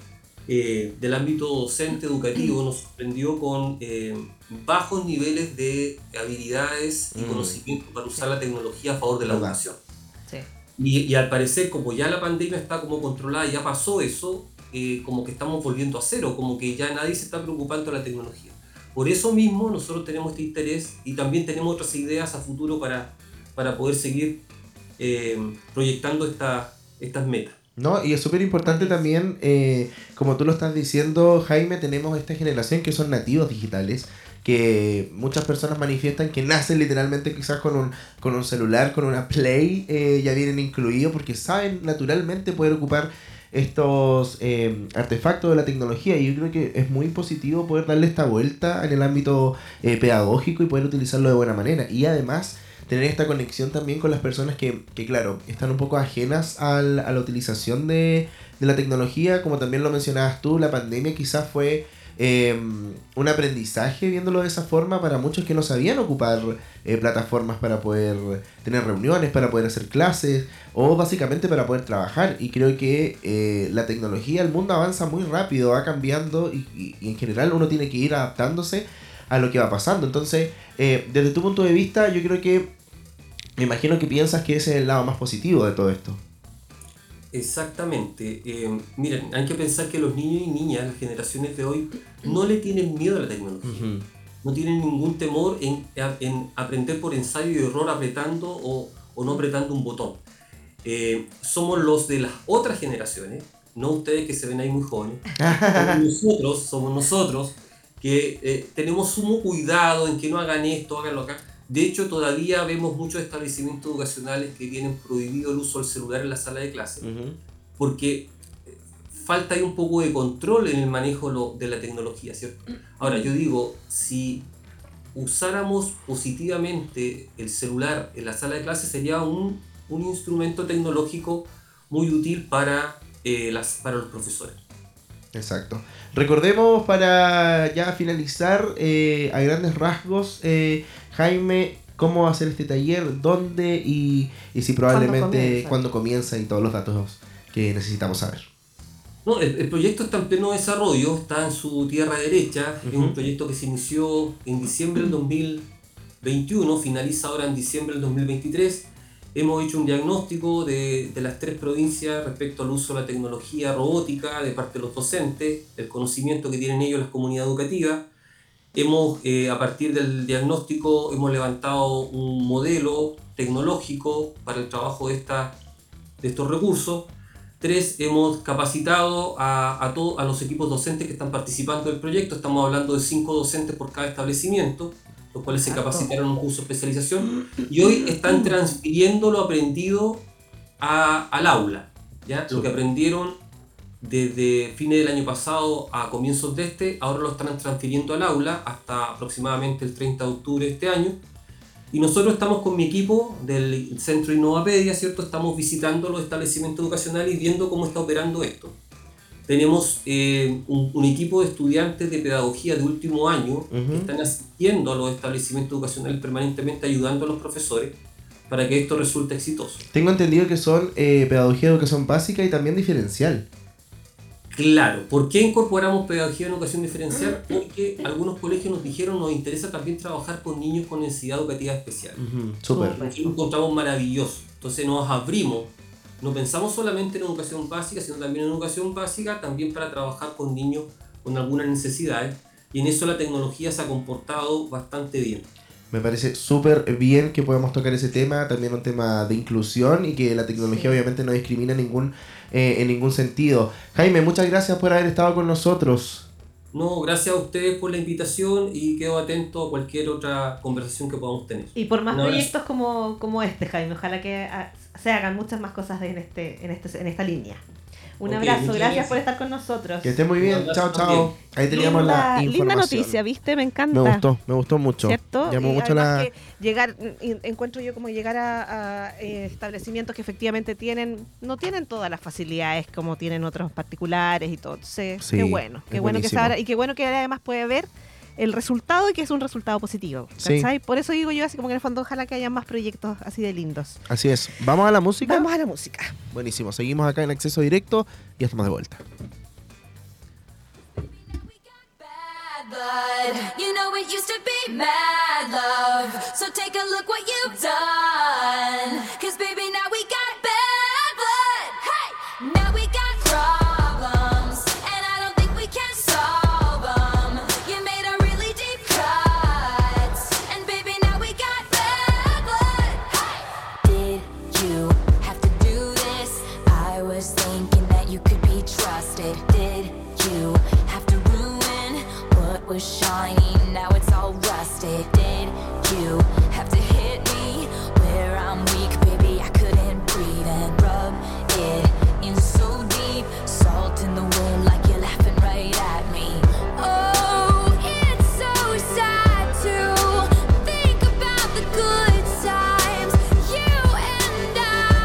eh, del ámbito docente educativo, nos sorprendió con eh, bajos niveles de habilidades y Mm. conocimiento para usar la tecnología a favor de la Verdad. educación. Sí. Y, y al parecer, como ya la pandemia está como controlada, ya pasó eso, eh, como que estamos volviendo a cero, como que ya nadie se está preocupando de la tecnología. Por eso mismo nosotros tenemos este interés y también tenemos otras ideas a futuro para, para poder seguir eh, proyectando esta, estas metas. ¿No? Y es súper importante también, eh, como tú lo estás diciendo, Jaime, tenemos esta generación que son nativos digitales, que muchas personas manifiestan que nacen literalmente quizás con un, con un celular, con una Play, eh, ya vienen incluidos porque saben naturalmente poder ocupar estos eh, artefactos de la tecnología, y yo creo que es muy positivo poder darle esta vuelta en el ámbito eh, pedagógico y poder utilizarlo de buena manera, y además tener esta conexión también con las personas que, que claro, están un poco ajenas al, a la utilización de, de la tecnología. Como también lo mencionabas tú, la pandemia quizás fue eh, un aprendizaje, viéndolo de esa forma, para muchos que no sabían ocupar eh, plataformas para poder tener reuniones, para poder hacer clases o básicamente para poder trabajar. Y creo que eh, la tecnología, el mundo avanza muy rápido, va cambiando y, y, y en general uno tiene que ir adaptándose a lo que va pasando. Entonces, eh, desde tu punto de vista, yo creo que me imagino que piensas que ese es el lado más positivo de todo esto. Exactamente. Eh, miren, hay que pensar que los niños y niñas, las generaciones de hoy, no le tienen miedo a la tecnología. Uh-huh. No tienen ningún temor en, en aprender por ensayo y error apretando o, o no apretando un botón. Eh, somos los de las otras generaciones, no ustedes que se ven ahí muy jóvenes, somos nosotros, somos nosotros que eh, tenemos sumo cuidado en que no hagan esto, háganlo acá. De hecho, todavía vemos muchos establecimientos educacionales que tienen prohibido el uso del celular en la sala de clase, Uh-huh. porque falta ahí un poco de control en el manejo lo, de la tecnología, ¿cierto? Ahora, yo digo, si usáramos positivamente el celular en la sala de clase, sería un, un instrumento tecnológico muy útil para, eh, las, para los profesores. Exacto. Recordemos, para ya finalizar, eh, a grandes rasgos, eh, Jaime, cómo va a ser este taller, dónde y, y si probablemente cuándo comienza. comienza y todos los datos que necesitamos saber. No, el, el proyecto está en pleno desarrollo, está en su tierra derecha. Uh-huh. Es un proyecto que se inició en diciembre del dos mil veintiuno, finaliza ahora en diciembre del dos mil veintitrés. Hemos hecho un diagnóstico de, de las tres provincias respecto al uso de la tecnología robótica de parte de los docentes, el conocimiento que tienen ellos las comunidades educativas. Hemos, eh, a partir del diagnóstico, hemos levantado un modelo tecnológico para el trabajo de, esta, de estos recursos. Tres, hemos capacitado a, a, todo, a los equipos docentes que están participando del proyecto. Estamos hablando de cinco docentes por cada establecimiento, los cuales se capacitaron en un curso de especialización y hoy están transfiriendo lo aprendido a, al aula, ¿ya? Lo que aprendieron desde fines del año pasado a comienzos de este, ahora lo están transfiriendo al aula hasta aproximadamente el treinta de octubre de este año. Y nosotros estamos con mi equipo del Centro Innovapedia, ¿cierto? Estamos visitando los establecimientos educacionales y viendo cómo está operando esto. Tenemos eh, un, un equipo de estudiantes de pedagogía de último año uh-huh. que están asistiendo a los establecimientos educacionales permanentemente, ayudando a los profesores, para que esto resulte exitoso. Tengo entendido que son eh, pedagogía de educación básica y también diferencial. Claro, ¿por qué incorporamos pedagogía en educación diferencial? Porque algunos colegios nos dijeron nos interesa también trabajar con niños con necesidad educativa especial. Uh-huh, súper. Nosotros lo encontramos maravilloso. Entonces nos abrimos, no pensamos solamente en educación básica, sino también en educación básica, también para trabajar con niños con algunas necesidades. Y en eso la tecnología se ha comportado bastante bien. Me parece súper bien que podamos tocar ese tema, también un tema de inclusión y que la tecnología sí. obviamente no discrimina en ningún, eh, en ningún sentido. Jaime, muchas gracias por haber estado con nosotros. No, gracias a ustedes por la invitación y quedo atento a cualquier otra conversación que podamos tener. Y por más Una proyectos como, como este, Jaime, ojalá que a, se hagan muchas más cosas en, este, en, este, en esta línea. Un okay, abrazo, gracias, gracias por estar con nosotros. Que esté muy bien, chao, chao. Ahí teníamos linda, la información. Linda noticia, ¿viste? Me encanta. Me gustó, me gustó mucho. ¿Cierto? Llamó y mucho la... que llegar, encuentro yo como llegar a, a eh, establecimientos que efectivamente tienen, no tienen todas las facilidades como tienen otros particulares y todo. Entonces, sí, qué bueno, qué bueno que se abra, y qué bueno que además puede ver el resultado y que es un resultado positivo. Sí. Por eso digo yo, así como que en el fondo, ojalá que haya más proyectos así de lindos. Así es. ¿Vamos a la música? Vamos a la música. Buenísimo. Seguimos acá en Acceso Directo y ya estamos de vuelta. You know it used to be mad love. So take a look what you've done. Cause baby now we got bad blood. Hey! Now we got problems. And I don't think we can solve them. You made a really deep cut. And baby now we got bad blood. Hey! Did you have to do this? I was thinking that you could be trusted. Did you have to ruin what was shiny? Now it's all rusted. Did you have to hit me where I'm weak? Baby, I couldn't breathe and rub it in so deep. Salt in the wound like you're laughing right at me. Oh, it's so sad to think about the good times, you and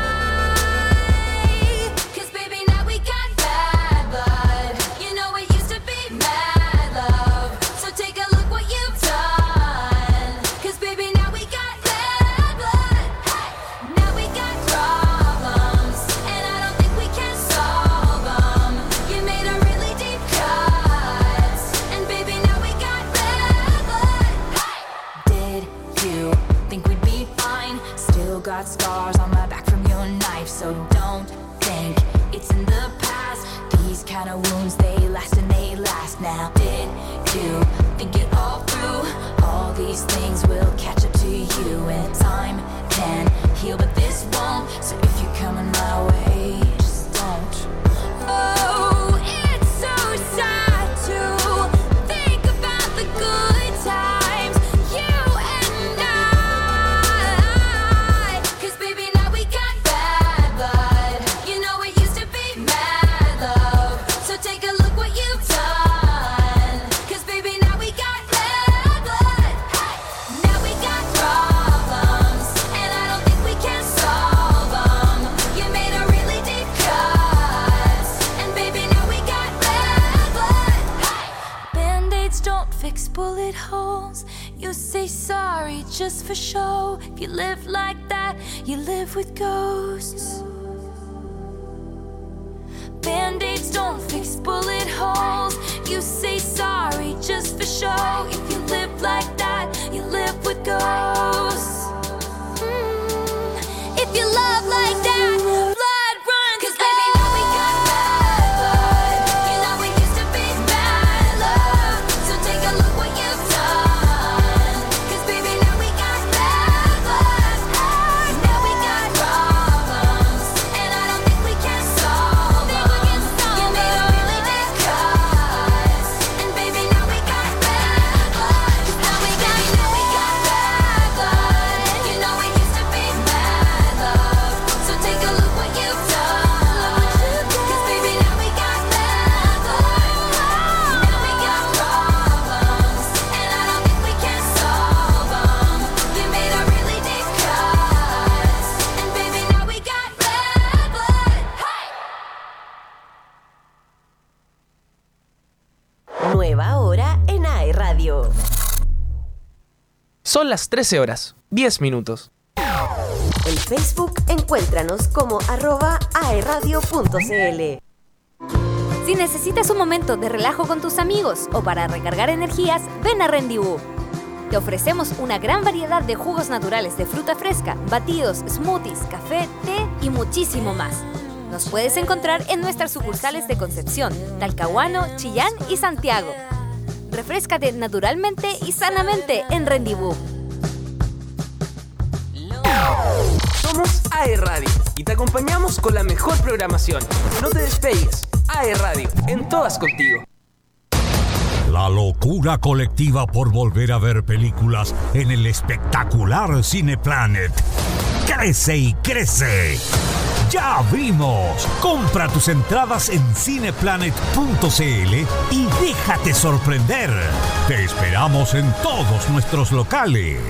I. Cause baby, now we got bad blood. You know it used to be mad love. So take a look what you've done. Cause baby, now we got bad blood. Hey! Now we got problems. And I don't think we can solve them. You made a really deep cut. And baby, now we got bad blood. Hey! Did you think we'd be fine? Still got scars on my back from your knife. So don't think it's in the past. These kind of wounds, they last and they last now. Did you think it all through? All these things will catch up to you, and time can heal, but this won't. So if you're coming my way, just don't. Oh, it's so sad to think about the good times, you and I. Cause baby, now we got bad blood. You know it used to be mad love. So take a look what you've done. Cause baby, now we got bad blood. Hey! Now we got problems. And I don't think we can solve them. You made a really deep cut. And baby, now we got bad blood. Hey! Band-aids don't fix bullet holes. You say sorry just for show. If you live like that, you live with ghosts. Band-aids don't fix bullet holes. You say sorry just for show. If you live like that, you live with ghosts. Mm. If you love like that, blood runs. Cause baby, now we got bad blood. You know it used to be bad love. So take a look what you've done. Cause baby, now we got bad blood. Now we got problems. And I don't think we can solve them. You made a really deep cut. And baby, now we got bad blood. Now we got, now we got bad blood. You know it used to be bad love. So take a look what you've done. Cause baby, now we got bad blood. Now we got problems. And I don't think we can solve them. You made a really deep cut. And baby, now we got bad blood. Hey! Nueva hora en A E Radio. Son las trece horas, diez minutos. En Facebook, encuéntranos como arroba aeradio punto cl. Si necesitas un momento de relajo con tus amigos o para recargar energías, ven a Rendezvous. Te ofrecemos una gran variedad de jugos naturales de fruta fresca, batidos, smoothies, café, té y muchísimo más. Nos puedes encontrar en nuestras sucursales de Concepción, Talcahuano, Chillán y Santiago. Refréscate naturalmente y sanamente en Rendezvous. Somos A E Radio y te acompañamos con la mejor programación. No te despegues. A E Radio, en todas contigo. La locura colectiva por volver a ver películas en el espectacular Cineplanet crece y crece. ¡Ya abrimos! Compra tus entradas en cineplanet punto cl y déjate sorprender. Te esperamos en todos nuestros locales.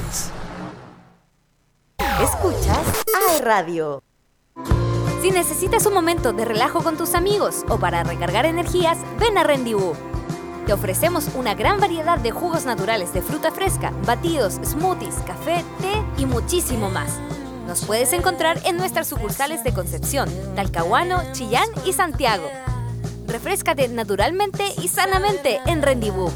Escuchas A E Radio. Si necesitas un momento de relajo con tus amigos o para recargar energías, ven a Rendezvous. Te ofrecemos una gran variedad de jugos naturales de fruta fresca, batidos, smoothies, café, té y muchísimo más. Nos puedes encontrar en nuestras sucursales de Concepción, Talcahuano, Chillán y Santiago. Refréscate naturalmente y sanamente en Rendezvous.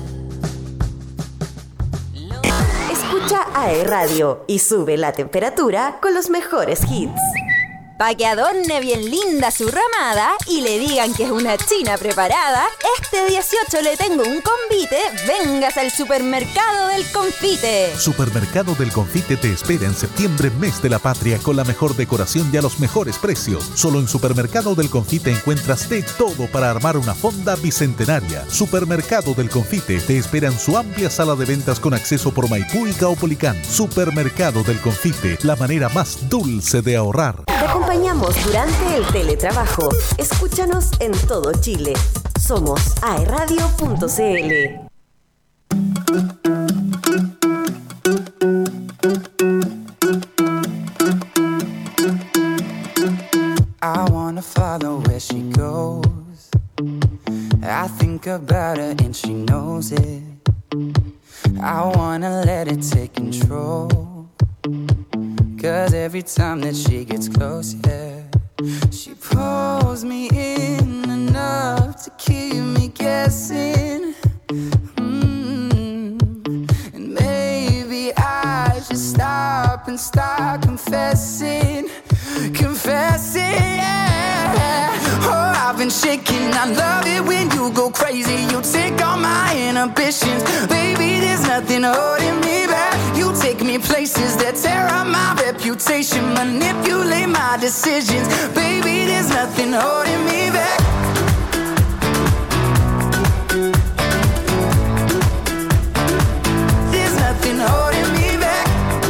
Escucha A E Radio y sube la temperatura con los mejores hits. Pa' que adorne bien linda su ramada y le digan que es una china preparada, este dieciocho le tengo un convite. Vengas al Supermercado del Confite. Supermercado del Confite te espera en septiembre, mes de la patria, con la mejor decoración y a los mejores precios. Solo en Supermercado del Confite encuentras de todo para armar una fonda bicentenaria. Supermercado del Confite te espera en su amplia sala de ventas con acceso por Maipú y Caupolicán. Supermercado del Confite, la manera más dulce de ahorrar. Te acompañamos durante el teletrabajo. Escúchanos en todo Chile. Somos A E radio punto cl. I wanna follow where she goes. I think about her and she knows it. I wanna let it take control. Cause every time that she gets close, yeah, she pulls me in enough to keep me guessing. Mm. And maybe I should stop and start confessing. Confessing, yeah. Oh, I've been shaking. I love it when you go crazy. You take all my inhibitions. Baby, there's nothing holding me back. You take me places that tear up my reputation, manipulate my decisions. Baby, there's nothing holding me back. There's nothing holding me back.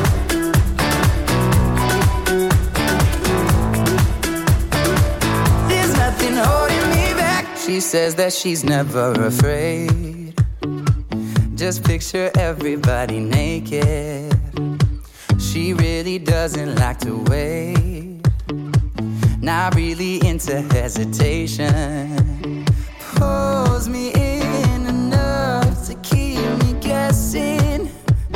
There's nothing holding me back. She says that she's never afraid. Just picture everybody naked. She really doesn't like to wait. Not really into hesitation. Pulls me in enough to keep me guessing.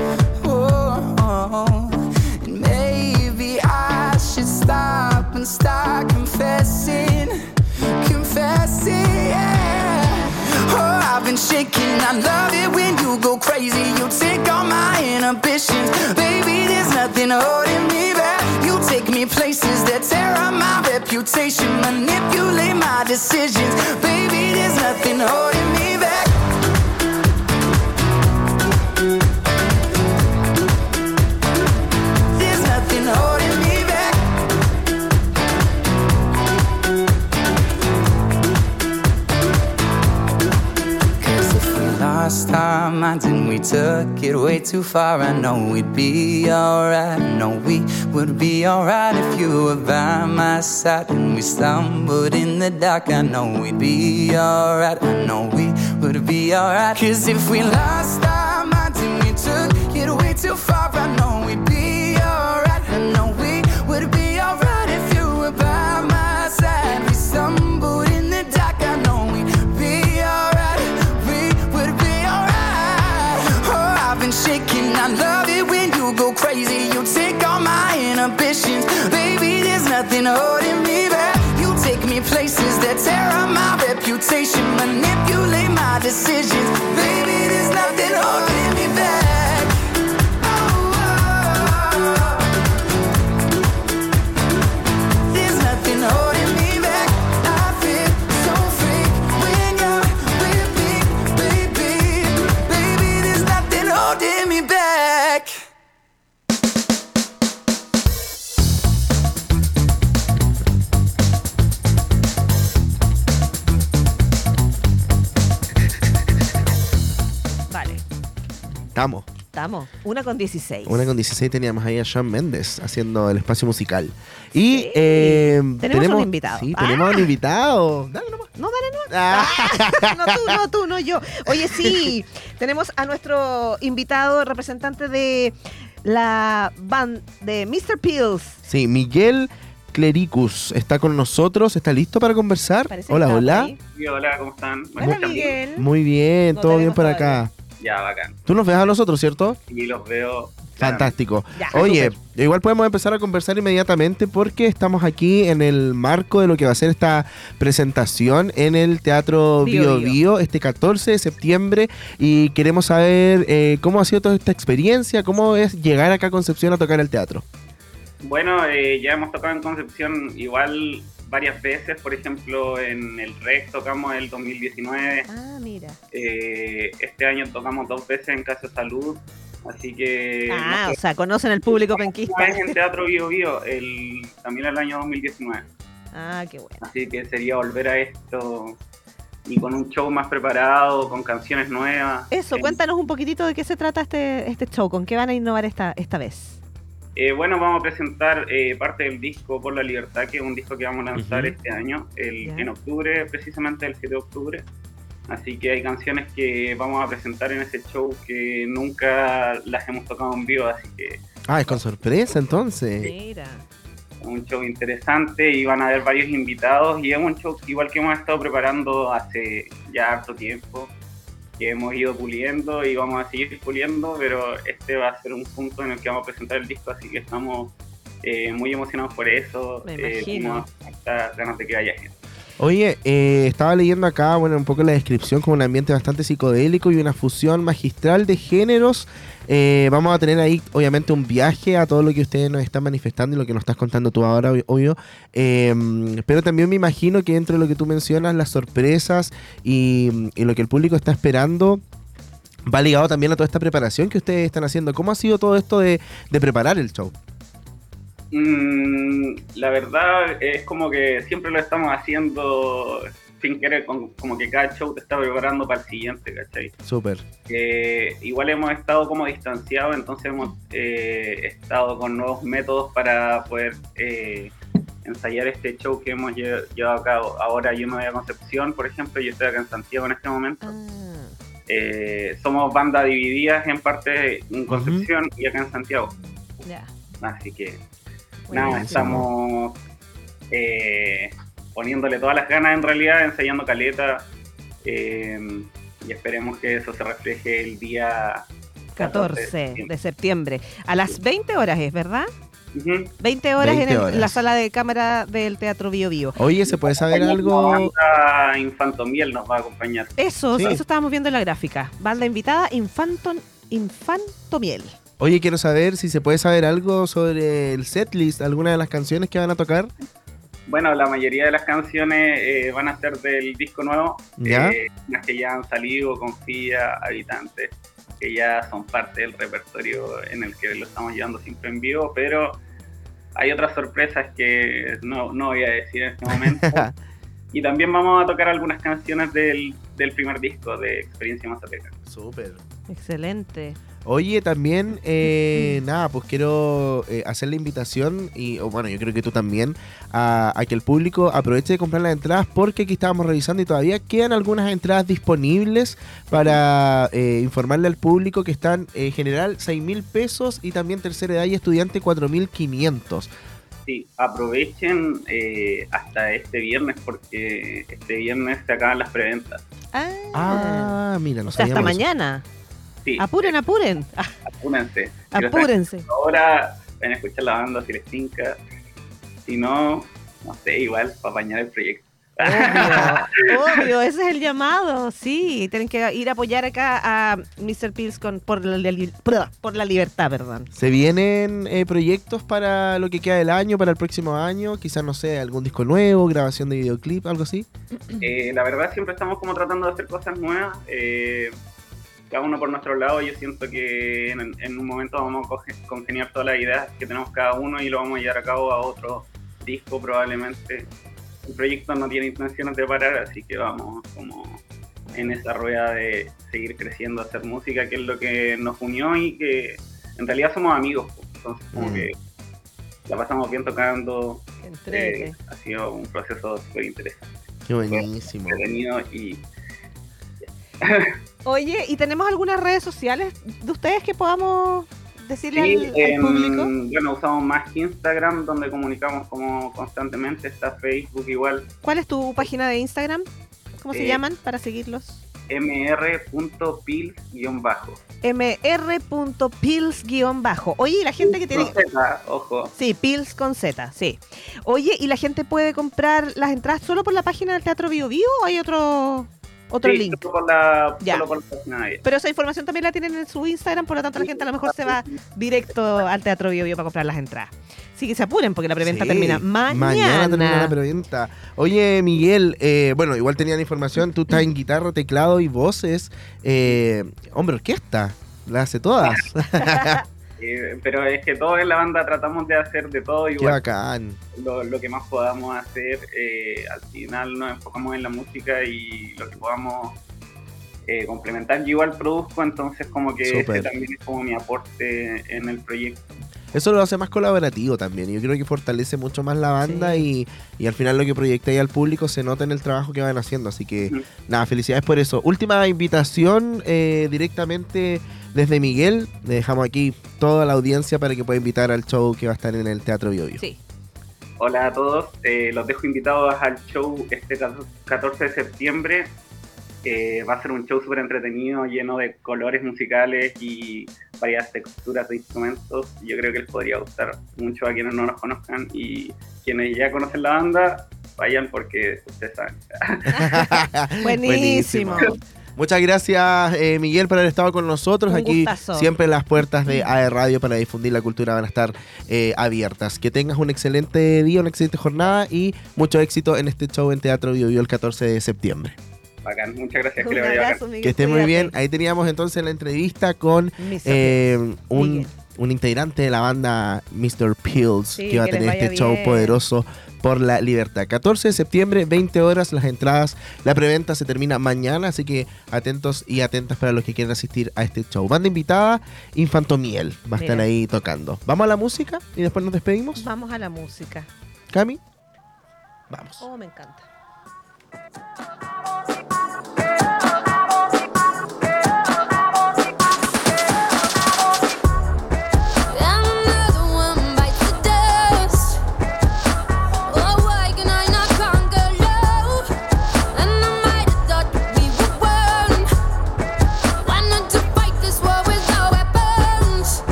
Oh, and maybe I should stop and start confessing. Confessing, yeah. Oh, I've been shaking. I love it when you go crazy. You take all my inhibitions. Baby, there's nothing holding me back. You take me places that tear up my reputation, manipulate my decisions. Baby, there's nothing holding me back. There's nothing holding me back. Cause if we lost our minds and we took it way too far, I know we'd be alright. I know we would be alright if you were by my side. And we stumbled in the dark, I know we'd be alright. I know we would be alright. Cause if we lost our minds and we took it way too far, I know we'd be alright. I know we would be alright if you were by my side. We stumbled in the dark, I know we'd be alright. We would be alright. Oh, I've been shaking. I love it when you go crazy. You take all my inhibitions. holding me back. You take me places that tear up my reputation, manipulate my decisions. Baby, there's nothing holding me back. Oh, oh. There's nothing holding me back. I feel so free when you're with me, baby. Baby, there's nothing holding me back. Vale, Estamos. estamos. Una con dieciséis. Una con dieciséis teníamos ahí a Shawn Mendes haciendo el espacio musical. Y eh, Tenemos un invitado. Sí, Ah. tenemos un invitado. Dale nomás. No, dale, no. Ah. No tú, no tú, no yo. Oye, sí, tenemos a nuestro invitado, representante de la band de mister Pills. Sí, Miguel Clericus está con nosotros. ¿Está listo para conversar? Parece Hola, que está hola. por ahí. Sí, hola, ¿cómo están? ¿Me Hola, escuchan bien? Miguel. Muy bien, No todo bien tenemos por todavía. acá. Ya, bacán. Tú nos ves a nosotros, ¿cierto? Y los veo. Fantástico. Ya, Oye, súper. igual podemos empezar a conversar inmediatamente porque estamos aquí en el marco de lo que va a ser esta presentación en el Teatro Bio Bio Bio. Bio este catorce de septiembre y queremos saber eh, cómo ha sido toda esta experiencia, cómo es llegar acá a Concepción a tocar el teatro. Bueno, eh, ya hemos tocado en Concepción igual varias veces. Por ejemplo, en el R E C tocamos el dos mil diecinueve. Ah, mira. Eh, este año tocamos dos veces en Casa Salud. Así que... Ah, no o sé, sea, conocen el público una penquista. vez en Teatro Bio Bio, el, también el año dos mil diecinueve. Ah, qué bueno. Así que sería volver a esto y con un show más preparado, con canciones nuevas. Eso, Eh, cuéntanos un poquitito de qué se trata este, este show, con qué van a innovar esta, esta vez. Eh, bueno, vamos a presentar eh, parte del disco Por la Libertad, que es un disco que vamos a lanzar Ujú. este año, el, Ya. en octubre, precisamente el siete de octubre. Así que hay canciones que vamos a presentar en ese show que nunca las hemos tocado en vivo, así que Ah, es con sorpresa entonces. Mira. es un show interesante y van a haber varios invitados y es un show igual que hemos estado preparando hace ya harto tiempo, que hemos ido puliendo y vamos a seguir puliendo, pero este va a ser un punto en el que vamos a presentar el disco, así que estamos eh, muy emocionados por eso. Me eh, imagino. tenemos hartas ganas de que haya gente. Oye, eh, estaba leyendo acá, bueno, un poco la descripción con un ambiente bastante psicodélico y una fusión magistral de géneros. Eh, vamos a tener ahí, obviamente, un viaje a todo lo que ustedes nos están manifestando y lo que nos estás contando tú ahora, ob- obvio. Eh, pero también me imagino que entre lo que tú mencionas, las sorpresas y, y lo que el público está esperando, va ligado también a toda esta preparación que ustedes están haciendo. ¿Cómo ha sido todo esto de, de preparar el show? Mm, la verdad es como que siempre lo estamos haciendo sin querer, con- como que cada show te está preparando para el siguiente, ¿cachai? Súper. Eh, igual hemos estado como distanciados, entonces hemos eh, estado con nuevos métodos para poder eh, ensayar este show que hemos lle- llevado a cabo. Ahora yo me voy a Concepción, por ejemplo, yo estoy acá en Santiago en este momento. Eh, somos bandas divididas en parte en Concepción y acá en Santiago. Ya. Así que nada, Buenísimo. estamos eh, poniéndole todas las ganas en realidad, ensayando caleta eh, y esperemos que eso se refleje el día catorce de septiembre. A las veinte horas es, ¿verdad? Ujú. veinte horas veinte en el- horas. la sala de cámara del Teatro Bio Bio. Oye, ¿se puede saber La algo? banda Infantomiel nos va a acompañar. Eso, Sí. eso estábamos viendo en la gráfica. Banda invitada, Infanton, Infantomiel. Oye, quiero saber si se puede saber algo sobre el setlist, alguna de las canciones que van a tocar. Bueno, la mayoría de las canciones eh, van a ser del disco nuevo, ¿Ya? eh, las que ya han salido, Confía, Habitantes, que ya son parte del repertorio en el que lo estamos llevando siempre en vivo, pero hay otras sorpresas que no, no voy a decir en este momento. Y también vamos a tocar algunas canciones del, del primer disco de Experiencia Mazateca. Súper. Excelente. Oye, también, eh, nada, pues quiero eh, hacer la invitación, y o bueno, yo creo que tú también, a, a que el público aproveche de comprar las entradas, porque aquí estábamos revisando y todavía quedan algunas entradas disponibles para eh, informarle al público que están en general seis mil pesos y también tercera edad y estudiante cuatro mil quinientos. Sí, aprovechen eh, hasta este viernes porque este viernes se acaban las preventas. Ah, Ah, mira, no o sea, hasta sabíamos eso. mañana. Sí, Apuren, apuren. Ah, apúrense. Si lo están apúrense. escuchando ahora, ven a escuchar la banda si les tinca. Si no, no sé, igual para apañar el proyecto. Obvio, obvio, ese es el llamado, sí. Tienen que ir a apoyar acá a mister Pills con, por, la, por la libertad, perdón. ¿Se vienen eh, proyectos para lo que queda del año, para el próximo año? Quizás, no sé, algún disco nuevo, grabación de videoclip, algo así. Eh, la verdad siempre estamos como tratando de hacer cosas nuevas. Eh, cada uno por nuestro lado. Yo siento que en, en un momento vamos a congeniar todas las ideas que tenemos cada uno y lo vamos a llevar a cabo a otro disco probablemente. El proyecto no tiene intenciones de parar, así que vamos como en esa rueda de seguir creciendo, hacer música, que es lo que nos unió y que en realidad somos amigos, entonces como mm. que la pasamos bien tocando. Eh, ha sido un proceso súper interesante. Qué buenísimo. Entretenido y... Oye, ¿y tenemos algunas redes sociales de ustedes que podamos decirle sí, al, al eh, público? Bueno, usamos más Instagram, donde comunicamos como constantemente. Está Facebook igual. ¿Cuál es tu página de Instagram? ¿Cómo eh, se llaman para seguirlos? m r punto pils guión bajo. m r punto pils guión bajo. Oye, y la gente que tiene... Con Z, ojo. Sí, Pils con Z, sí. Oye, ¿y la gente puede comprar las entradas solo por la página del Teatro Bio Bio o hay otro... Otro sí, link. Solo por la, solo por la página de ella. Pero esa información también la tienen en su Instagram, por lo tanto la gente a lo mejor se va directo al Teatro Bio Bio para comprar las entradas. Así que se apuren porque la preventa sí, termina mañana. Mañana termina la preventa. Oye, Miguel, eh, bueno, igual tenía la información, tú estás en guitarra, teclado y voces. Eh, hombre, orquesta, la hace todas. Eh, pero es que todos en la banda tratamos de hacer de todo igual. Qué bacán. Lo, lo que más podamos hacer, eh, al final nos enfocamos en la música y lo que podamos eh, complementar. Yo igual produzco, entonces como que ese también es como mi aporte en el proyecto. Eso lo hace más colaborativo también. Yo creo que fortalece mucho más la banda sí. y, y al final lo que proyectáis al público se nota en el trabajo que van haciendo. Así que mm. nada, felicidades por eso. Última invitación eh, directamente desde Miguel. Le dejamos aquí toda la audiencia para que pueda invitar al show que va a estar en el Teatro Bio Bio. Sí. Hola a todos, eh, los dejo invitados al show este catorce de septiembre. Eh, va a ser un show súper entretenido, lleno de colores musicales y varias texturas de instrumentos. Yo creo que les podría gustar mucho a quienes no nos conozcan y quienes ya conocen la banda, vayan porque ustedes saben. Buenísimo. Buenísimo. Muchas gracias, eh, Miguel, por haber estado con nosotros. Un Aquí gustazo. Siempre las puertas de A E Radio para difundir la cultura van a estar eh, abiertas. Que tengas un excelente día, una excelente jornada y mucho éxito en este show en Teatro Bio Bio el catorce de septiembre. Bacán, muchas gracias. Que le vaya bacán. Que esté muy bien. Ahí teníamos entonces la entrevista con eh, un, un integrante de la banda mister Pills, sí, que va a tener este bien. show poderoso por la libertad. catorce de septiembre, veinte horas, las entradas. La preventa se termina mañana, así que atentos y atentas para los que quieran asistir a este show. Banda invitada, Infantomiel, va a estar Mira. ahí tocando. ¿Vamos a la música y después nos despedimos? Vamos a la música. ¿Cami? Vamos. Oh, me encanta.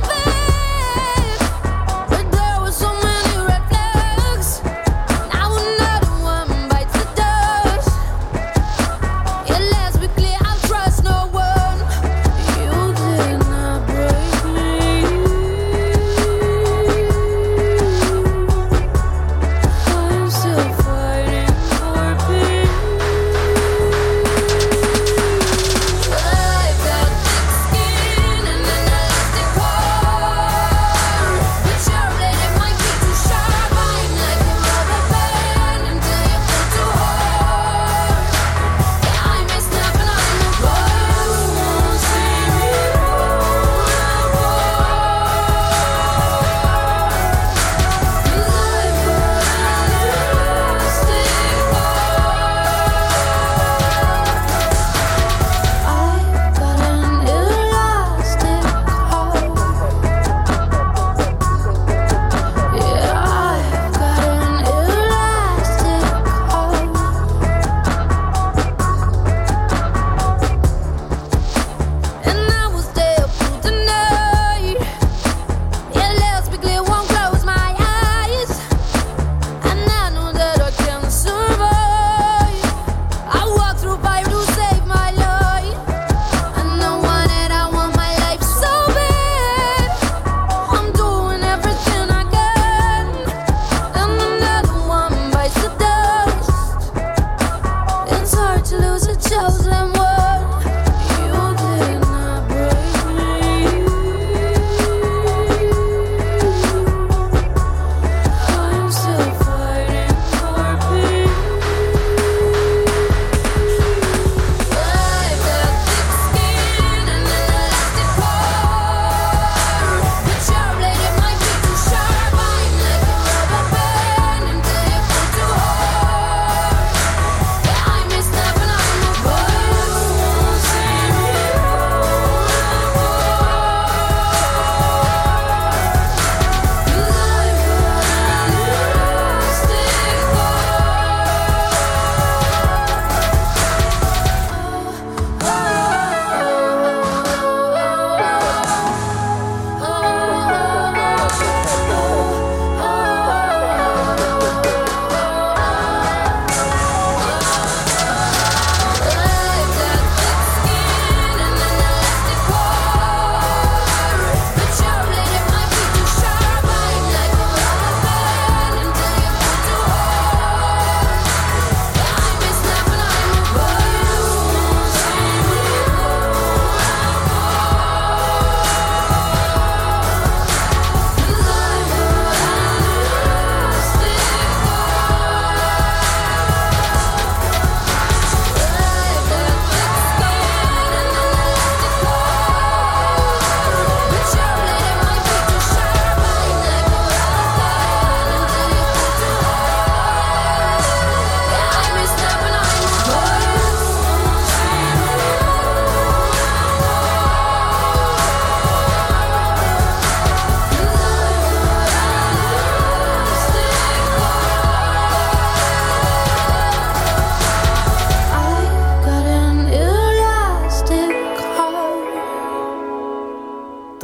I would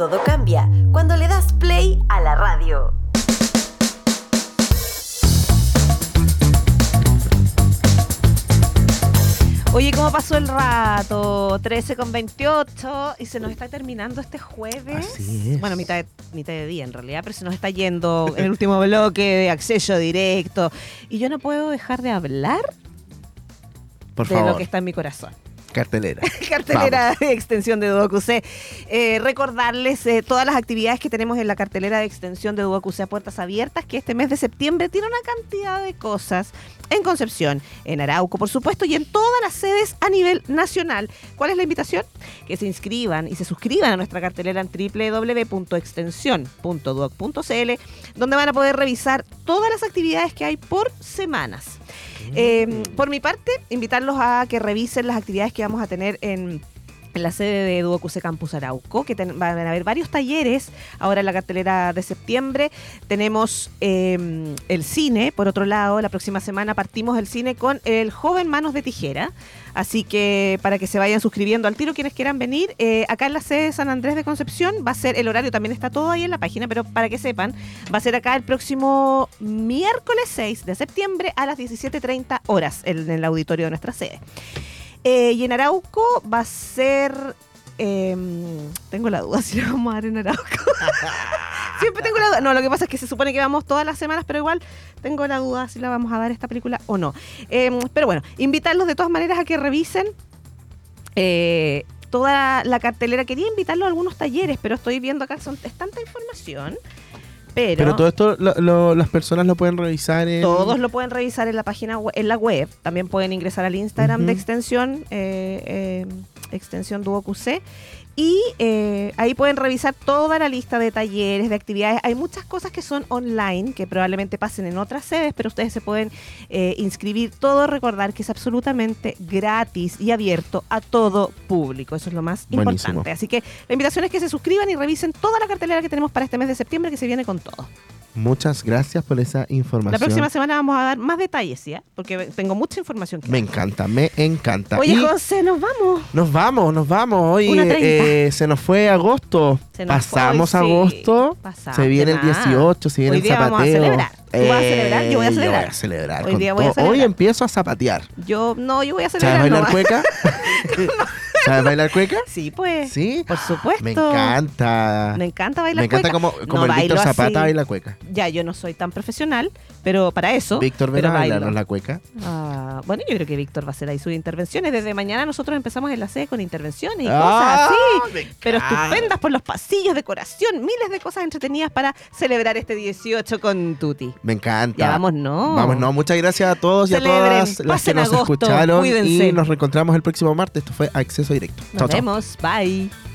Todo cambia cuando le das play a la radio. Oye, ¿cómo pasó el rato? trece con veintiocho y se nos está terminando este jueves. Así es. Bueno, mitad de, mitad de día en realidad, pero se nos está yendo en el último bloque de acceso directo. Y yo no puedo dejar de hablar Por de favor. lo que está en mi corazón. Cartelera. Cartelera Vamos. de extensión de Duoc U C. Eh, recordarles eh, todas las actividades que tenemos en la cartelera de extensión de Duoc U C a puertas abiertas, que este mes de septiembre tiene una cantidad de cosas en Concepción, en Arauco, por supuesto, y en todas las sedes a nivel nacional. ¿Cuál es la invitación? Que se inscriban y se suscriban a nuestra cartelera en doble u doble u doble u punto extensión punto duoc punto c l, donde van a poder revisar todas las actividades que hay por semanas. Eh, por mi parte, invitarlos a que revisen las actividades que vamos a tener en, en la sede de Duoc U C Campus Arauco, que ten, van a haber varios talleres ahora en la cartelera de septiembre. Tenemos eh, el cine, por otro lado, la próxima semana partimos el cine con El joven Manos de Tijera. Así que para que se vayan suscribiendo al tiro quienes quieran venir, eh, acá en la sede de San Andrés de Concepción va a ser, el horario también está todo ahí en la página, pero para que sepan, va a ser acá el próximo miércoles seis de septiembre a las diecisiete treinta horas en, en el auditorio de nuestra sede. Eh, y en Arauco va a ser... Eh, tengo la duda si lo vamos a dar en Arauco. Siempre tengo la duda. No, lo que pasa es que se supone que vamos todas las semanas, pero igual tengo la duda si la vamos a dar esta película o no. Eh, pero bueno, invitarlos de todas maneras a que revisen eh, toda la cartelera. Quería invitarlos a algunos talleres, pero estoy viendo acá, son, es tanta información. Pero, Pero todo esto lo, lo, las personas lo pueden revisar en... Todos lo pueden revisar en la página web, en la web. También pueden ingresar al Instagram Uh-huh. de Extensión, eh, eh, Extensión Duoc U C. Y eh, ahí pueden revisar toda la lista de talleres, de actividades. Hay muchas cosas que son online, que probablemente pasen en otras sedes, pero ustedes se pueden eh, inscribir. Todo recordar que es absolutamente gratis y abierto a todo público. Eso es lo más Buenísimo. importante. Así que la invitación es que se suscriban y revisen toda la cartelera que tenemos para este mes de septiembre, que se viene con todo. Muchas gracias por esa información. La próxima semana vamos a dar más detalles, ¿sí? Porque tengo mucha información que Me dar. encanta, me encanta. Oye, Y José, nos vamos. nos vamos, nos vamos. Hoy una treinta. eh, se nos fue agosto. Se nos Pasamos fue, sí. agosto. Pasamos Se viene de el más. dieciocho, se viene Hoy el día vamos a zapateo. celebrar. ¿Tú vas a celebrar? Yo voy a Eh, celebrar. voy a celebrar. Hoy con día voy a todo. celebrar. Hoy empiezo a zapatear. Yo, no, yo voy a ¿Sabes celebrar. bailar nomás. cueca? ¿Sabes bailar cueca? Sí, pues. Sí. Por supuesto. Me encanta. Me encanta bailar Me encanta cueca. como, como No el Víctor bailo Zapata así. baila cueca. Ya, yo no soy tan profesional, pero para eso. Víctor, ven pero a bailo. bailarnos la cueca. Ah, bueno, yo creo que Víctor va a hacer ahí sus intervenciones. Desde mañana nosotros empezamos en la sede con intervenciones y Ah, cosas me así. Pero encanta. estupendas por los pasillos, decoración, miles de cosas entretenidas para celebrar este dieciocho con Tuti. Me encanta. Ya vámonos. Vámonos. Muchas gracias a todos y a Celebren, todas las que pasen nos agosto, escucharon. cuídense. Y nos reencontramos el próximo martes. Esto fue Acceso Directo. Nos Chao, chao. vemos. Bye.